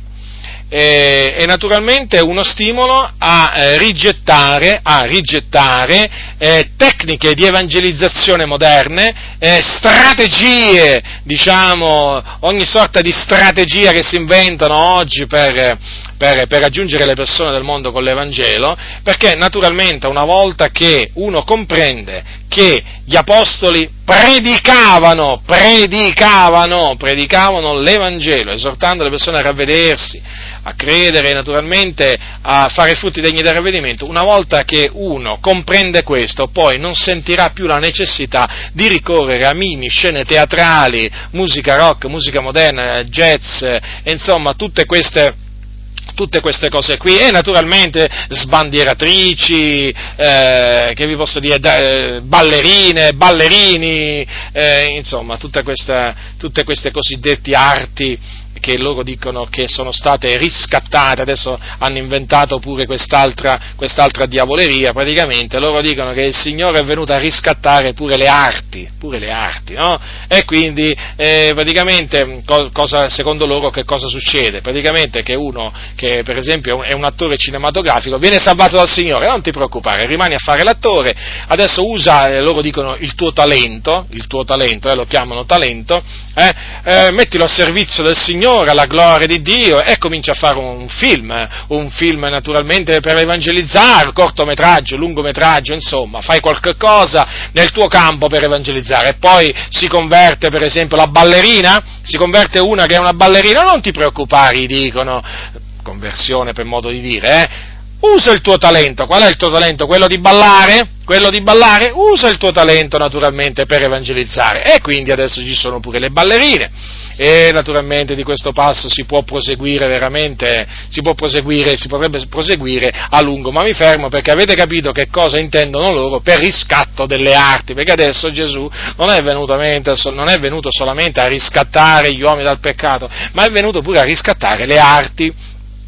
E, e naturalmente uno stimolo a eh, rigettare, a rigettare eh, tecniche di evangelizzazione moderne, eh, strategie, diciamo, ogni sorta di strategia che si inventano oggi per, per, per raggiungere le persone del mondo con l'Evangelo, perché naturalmente una volta che uno comprende che gli apostoli predicavano, predicavano, predicavano l'Evangelo, esortando le persone a ravvedersi, a credere, naturalmente a fare frutti degni del ravvedimento. Una volta che uno comprende questo, poi non sentirà più la necessità di ricorrere a mimi, scene teatrali, musica rock, musica moderna, jazz, e insomma tutte queste tutte queste cose qui, e naturalmente sbandieratrici, eh, che vi posso dire, eh, ballerine, ballerini, eh, insomma tutte queste, tutte queste cosiddette arti che loro dicono che sono state riscattate, adesso hanno inventato pure quest'altra, quest'altra diavoleria, praticamente loro dicono che il Signore è venuto a riscattare pure le arti, pure le arti, no? E quindi eh, praticamente cosa, secondo loro che cosa succede? Praticamente che uno che per esempio è un attore cinematografico viene salvato dal Signore, non ti preoccupare, rimani a fare l'attore, adesso usa, eh, loro dicono, il tuo talento, il tuo talento, eh, lo chiamano talento, eh, eh, mettilo a servizio del Signore, alla gloria di Dio, e comincia a fare un film, un film naturalmente per evangelizzare, cortometraggio, lungometraggio, insomma, fai qualche cosa nel tuo campo per evangelizzare, e poi si converte per esempio la ballerina, si converte una che è una ballerina, non ti preoccupare, dicono, conversione per modo di dire, eh, usa il tuo talento. Qual è il tuo talento? Quello di ballare? Quello di ballare? Usa il tuo talento naturalmente per evangelizzare, e quindi adesso ci sono pure le ballerine. E naturalmente di questo passo si può proseguire veramente, si può proseguire, si potrebbe proseguire a lungo, ma mi fermo perché avete capito che cosa intendono loro per riscatto delle arti, perché adesso Gesù non è venuto, non è venuto solamente a riscattare gli uomini dal peccato, ma è venuto pure a riscattare le arti.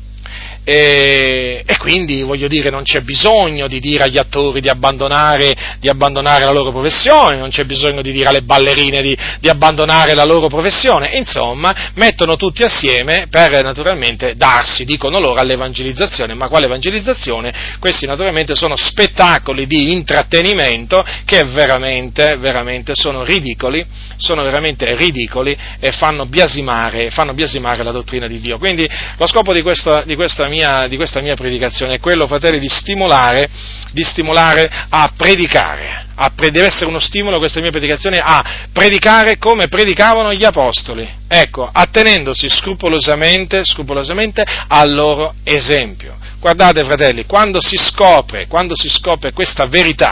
E, e quindi, voglio dire, non c'è bisogno di dire agli attori di abbandonare, di abbandonare la loro professione, non c'è bisogno di dire alle ballerine di, di abbandonare la loro professione, insomma, mettono tutti assieme per naturalmente darsi, dicono loro, all'evangelizzazione. Ma quale evangelizzazione? Questi naturalmente sono spettacoli di intrattenimento che veramente, veramente sono ridicoli, sono veramente ridicoli e fanno biasimare, fanno biasimare la dottrina di Dio. Quindi lo scopo di questa, di questa mia, di questa mia predicazione è quello, fratelli, di stimolare, di stimolare a predicare, a pre- deve essere uno stimolo questa mia predicazione a predicare come predicavano gli apostoli, ecco, attenendosi scrupolosamente, scrupolosamente al loro esempio. Guardate, fratelli, quando si scopre, quando si scopre questa verità,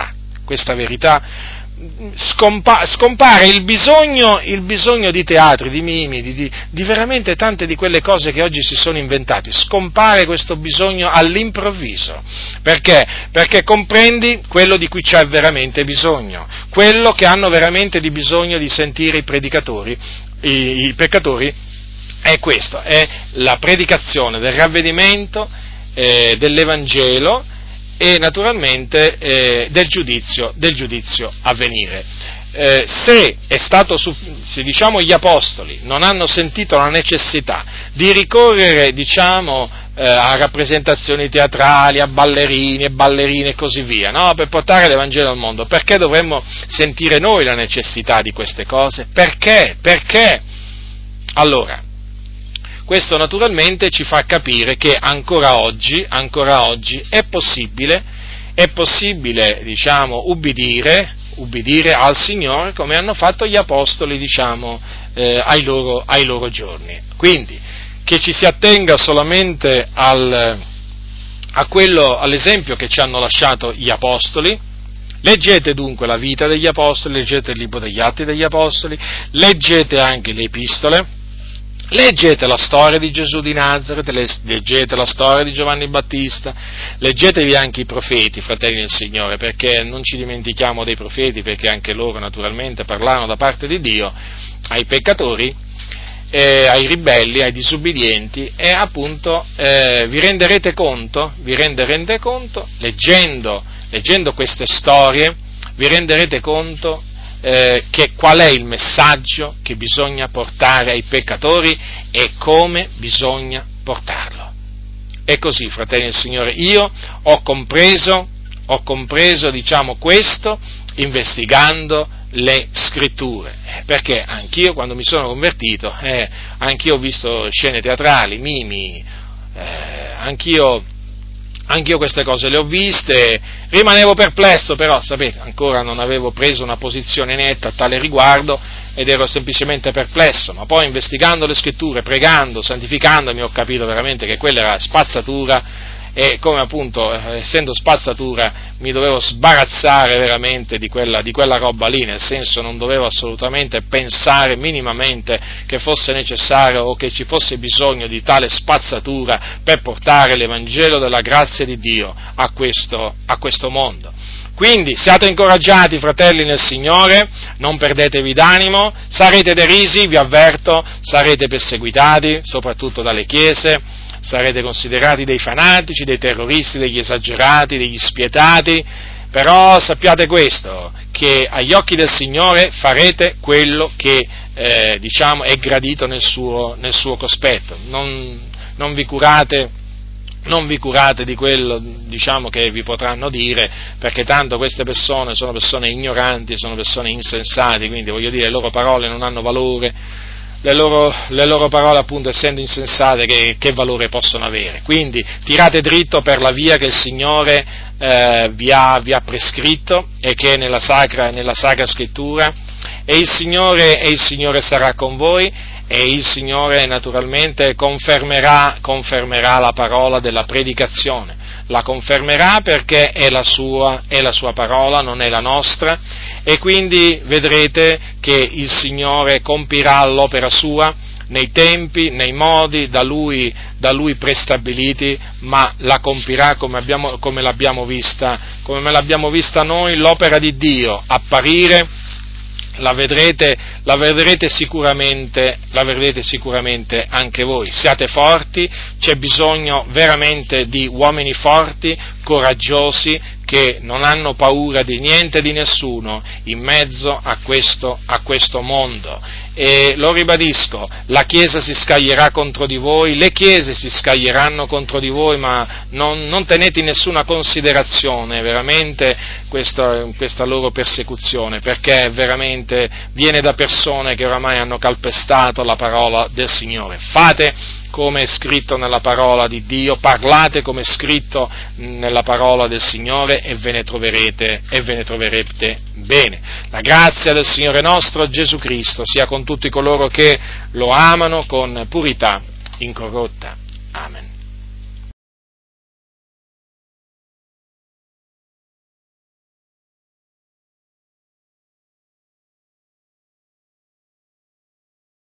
questa verità, Scompa- scompare il bisogno, il bisogno di teatri, di mimi, di, di, di veramente tante di quelle cose che oggi si sono inventati. Scompare questo bisogno all'improvviso. Perché? Perché comprendi quello di cui c'è veramente bisogno, quello che hanno veramente di bisogno di sentire i predicatori, i, i peccatori, è questo, è la predicazione del ravvedimento, eh, dell'Evangelo, e naturalmente eh, del giudizio, del giudizio a venire. Eh, se è stato, se diciamo gli apostoli non hanno sentito la necessità di ricorrere, diciamo, eh, a rappresentazioni teatrali, a ballerini e ballerine e così via, no? Per portare l'Evangelo al mondo, perché dovremmo sentire noi la necessità di queste cose? Perché? Perché? Allora, questo naturalmente ci fa capire che ancora oggi, ancora oggi è possibile, è possibile, diciamo, ubbidire, ubbidire al Signore come hanno fatto gli apostoli, diciamo, eh, ai loro, ai loro giorni. Quindi, che ci si attenga solamente al, a quello, all'esempio che ci hanno lasciato gli apostoli. Leggete dunque la vita degli apostoli, leggete il libro degli Atti degli Apostoli, leggete anche le epistole. Leggete la storia di Gesù di Nazaret, leggete la storia di Giovanni Battista, leggetevi anche i profeti, fratelli del Signore, perché non ci dimentichiamo dei profeti, perché anche loro naturalmente parlarono da parte di Dio ai peccatori, eh, ai ribelli, ai disubbidienti, e appunto eh, vi renderete conto, vi renderete conto, leggendo, leggendo queste storie, vi renderete conto Eh, che qual è il messaggio che bisogna portare ai peccatori e come bisogna portarlo. E così, fratelli del Signore, io ho compreso, ho compreso, diciamo, questo investigando le Scritture, perché anch'io quando mi sono convertito, eh, anch'io ho visto scene teatrali, mimi, eh, anch'io Anch'io queste cose le ho viste, rimanevo perplesso, però, sapete, ancora non avevo preso una posizione netta a tale riguardo ed ero semplicemente perplesso, ma poi investigando le Scritture, pregando, santificandomi, ho capito veramente che quella era spazzatura e come appunto, essendo spazzatura, mi dovevo sbarazzare veramente di quella, di quella roba lì, nel senso non dovevo assolutamente pensare minimamente che fosse necessario o che ci fosse bisogno di tale spazzatura per portare l'Evangelo della grazia di Dio a questo, a questo mondo. Quindi siate incoraggiati, fratelli nel Signore, non perdetevi d'animo, sarete derisi, vi avverto, sarete perseguitati, soprattutto dalle chiese, sarete considerati dei fanatici, dei terroristi, degli esagerati, degli spietati, però sappiate questo, che agli occhi del Signore farete quello che eh, diciamo è gradito nel suo, nel suo cospetto, non, non vi curate Non vi curate di quello, diciamo, che vi potranno dire, perché tanto queste persone sono persone ignoranti, sono persone insensate, quindi voglio dire, le loro parole non hanno valore, le loro, le loro parole appunto essendo insensate che, che valore possono avere? Quindi tirate dritto per la via che il Signore eh, vi, ha, vi ha prescritto e che è nella Sacra, nella Sacra Scrittura, e il Signore, e il Signore sarà con voi. E il Signore naturalmente confermerà, confermerà la parola della predicazione, la confermerà perché è la sua, è la sua parola, non è la nostra, e quindi vedrete che il Signore compirà l'opera sua nei tempi, nei modi da Lui, da lui prestabiliti, ma la compirà come, abbiamo, come l'abbiamo vista, come l'abbiamo vista noi, l'opera di Dio apparire. La vedrete, la vedrete sicuramente, la vedrete sicuramente anche voi. Siate forti, c'è bisogno veramente di uomini forti, coraggiosi, che non hanno paura di niente e di nessuno in mezzo a questo, a questo mondo. E lo ribadisco, la Chiesa si scaglierà contro di voi, le Chiese si scaglieranno contro di voi, ma non, non tenete in nessuna considerazione veramente questa, questa loro persecuzione, perché veramente viene da persone che oramai hanno calpestato la parola del Signore. Fate come è scritto nella parola di Dio, parlate come è scritto nella parola del Signore e ve ne troverete, e ve ne troverete bene. La grazia del Signore nostro Gesù Cristo sia con tutti coloro che lo amano con purità incorrotta.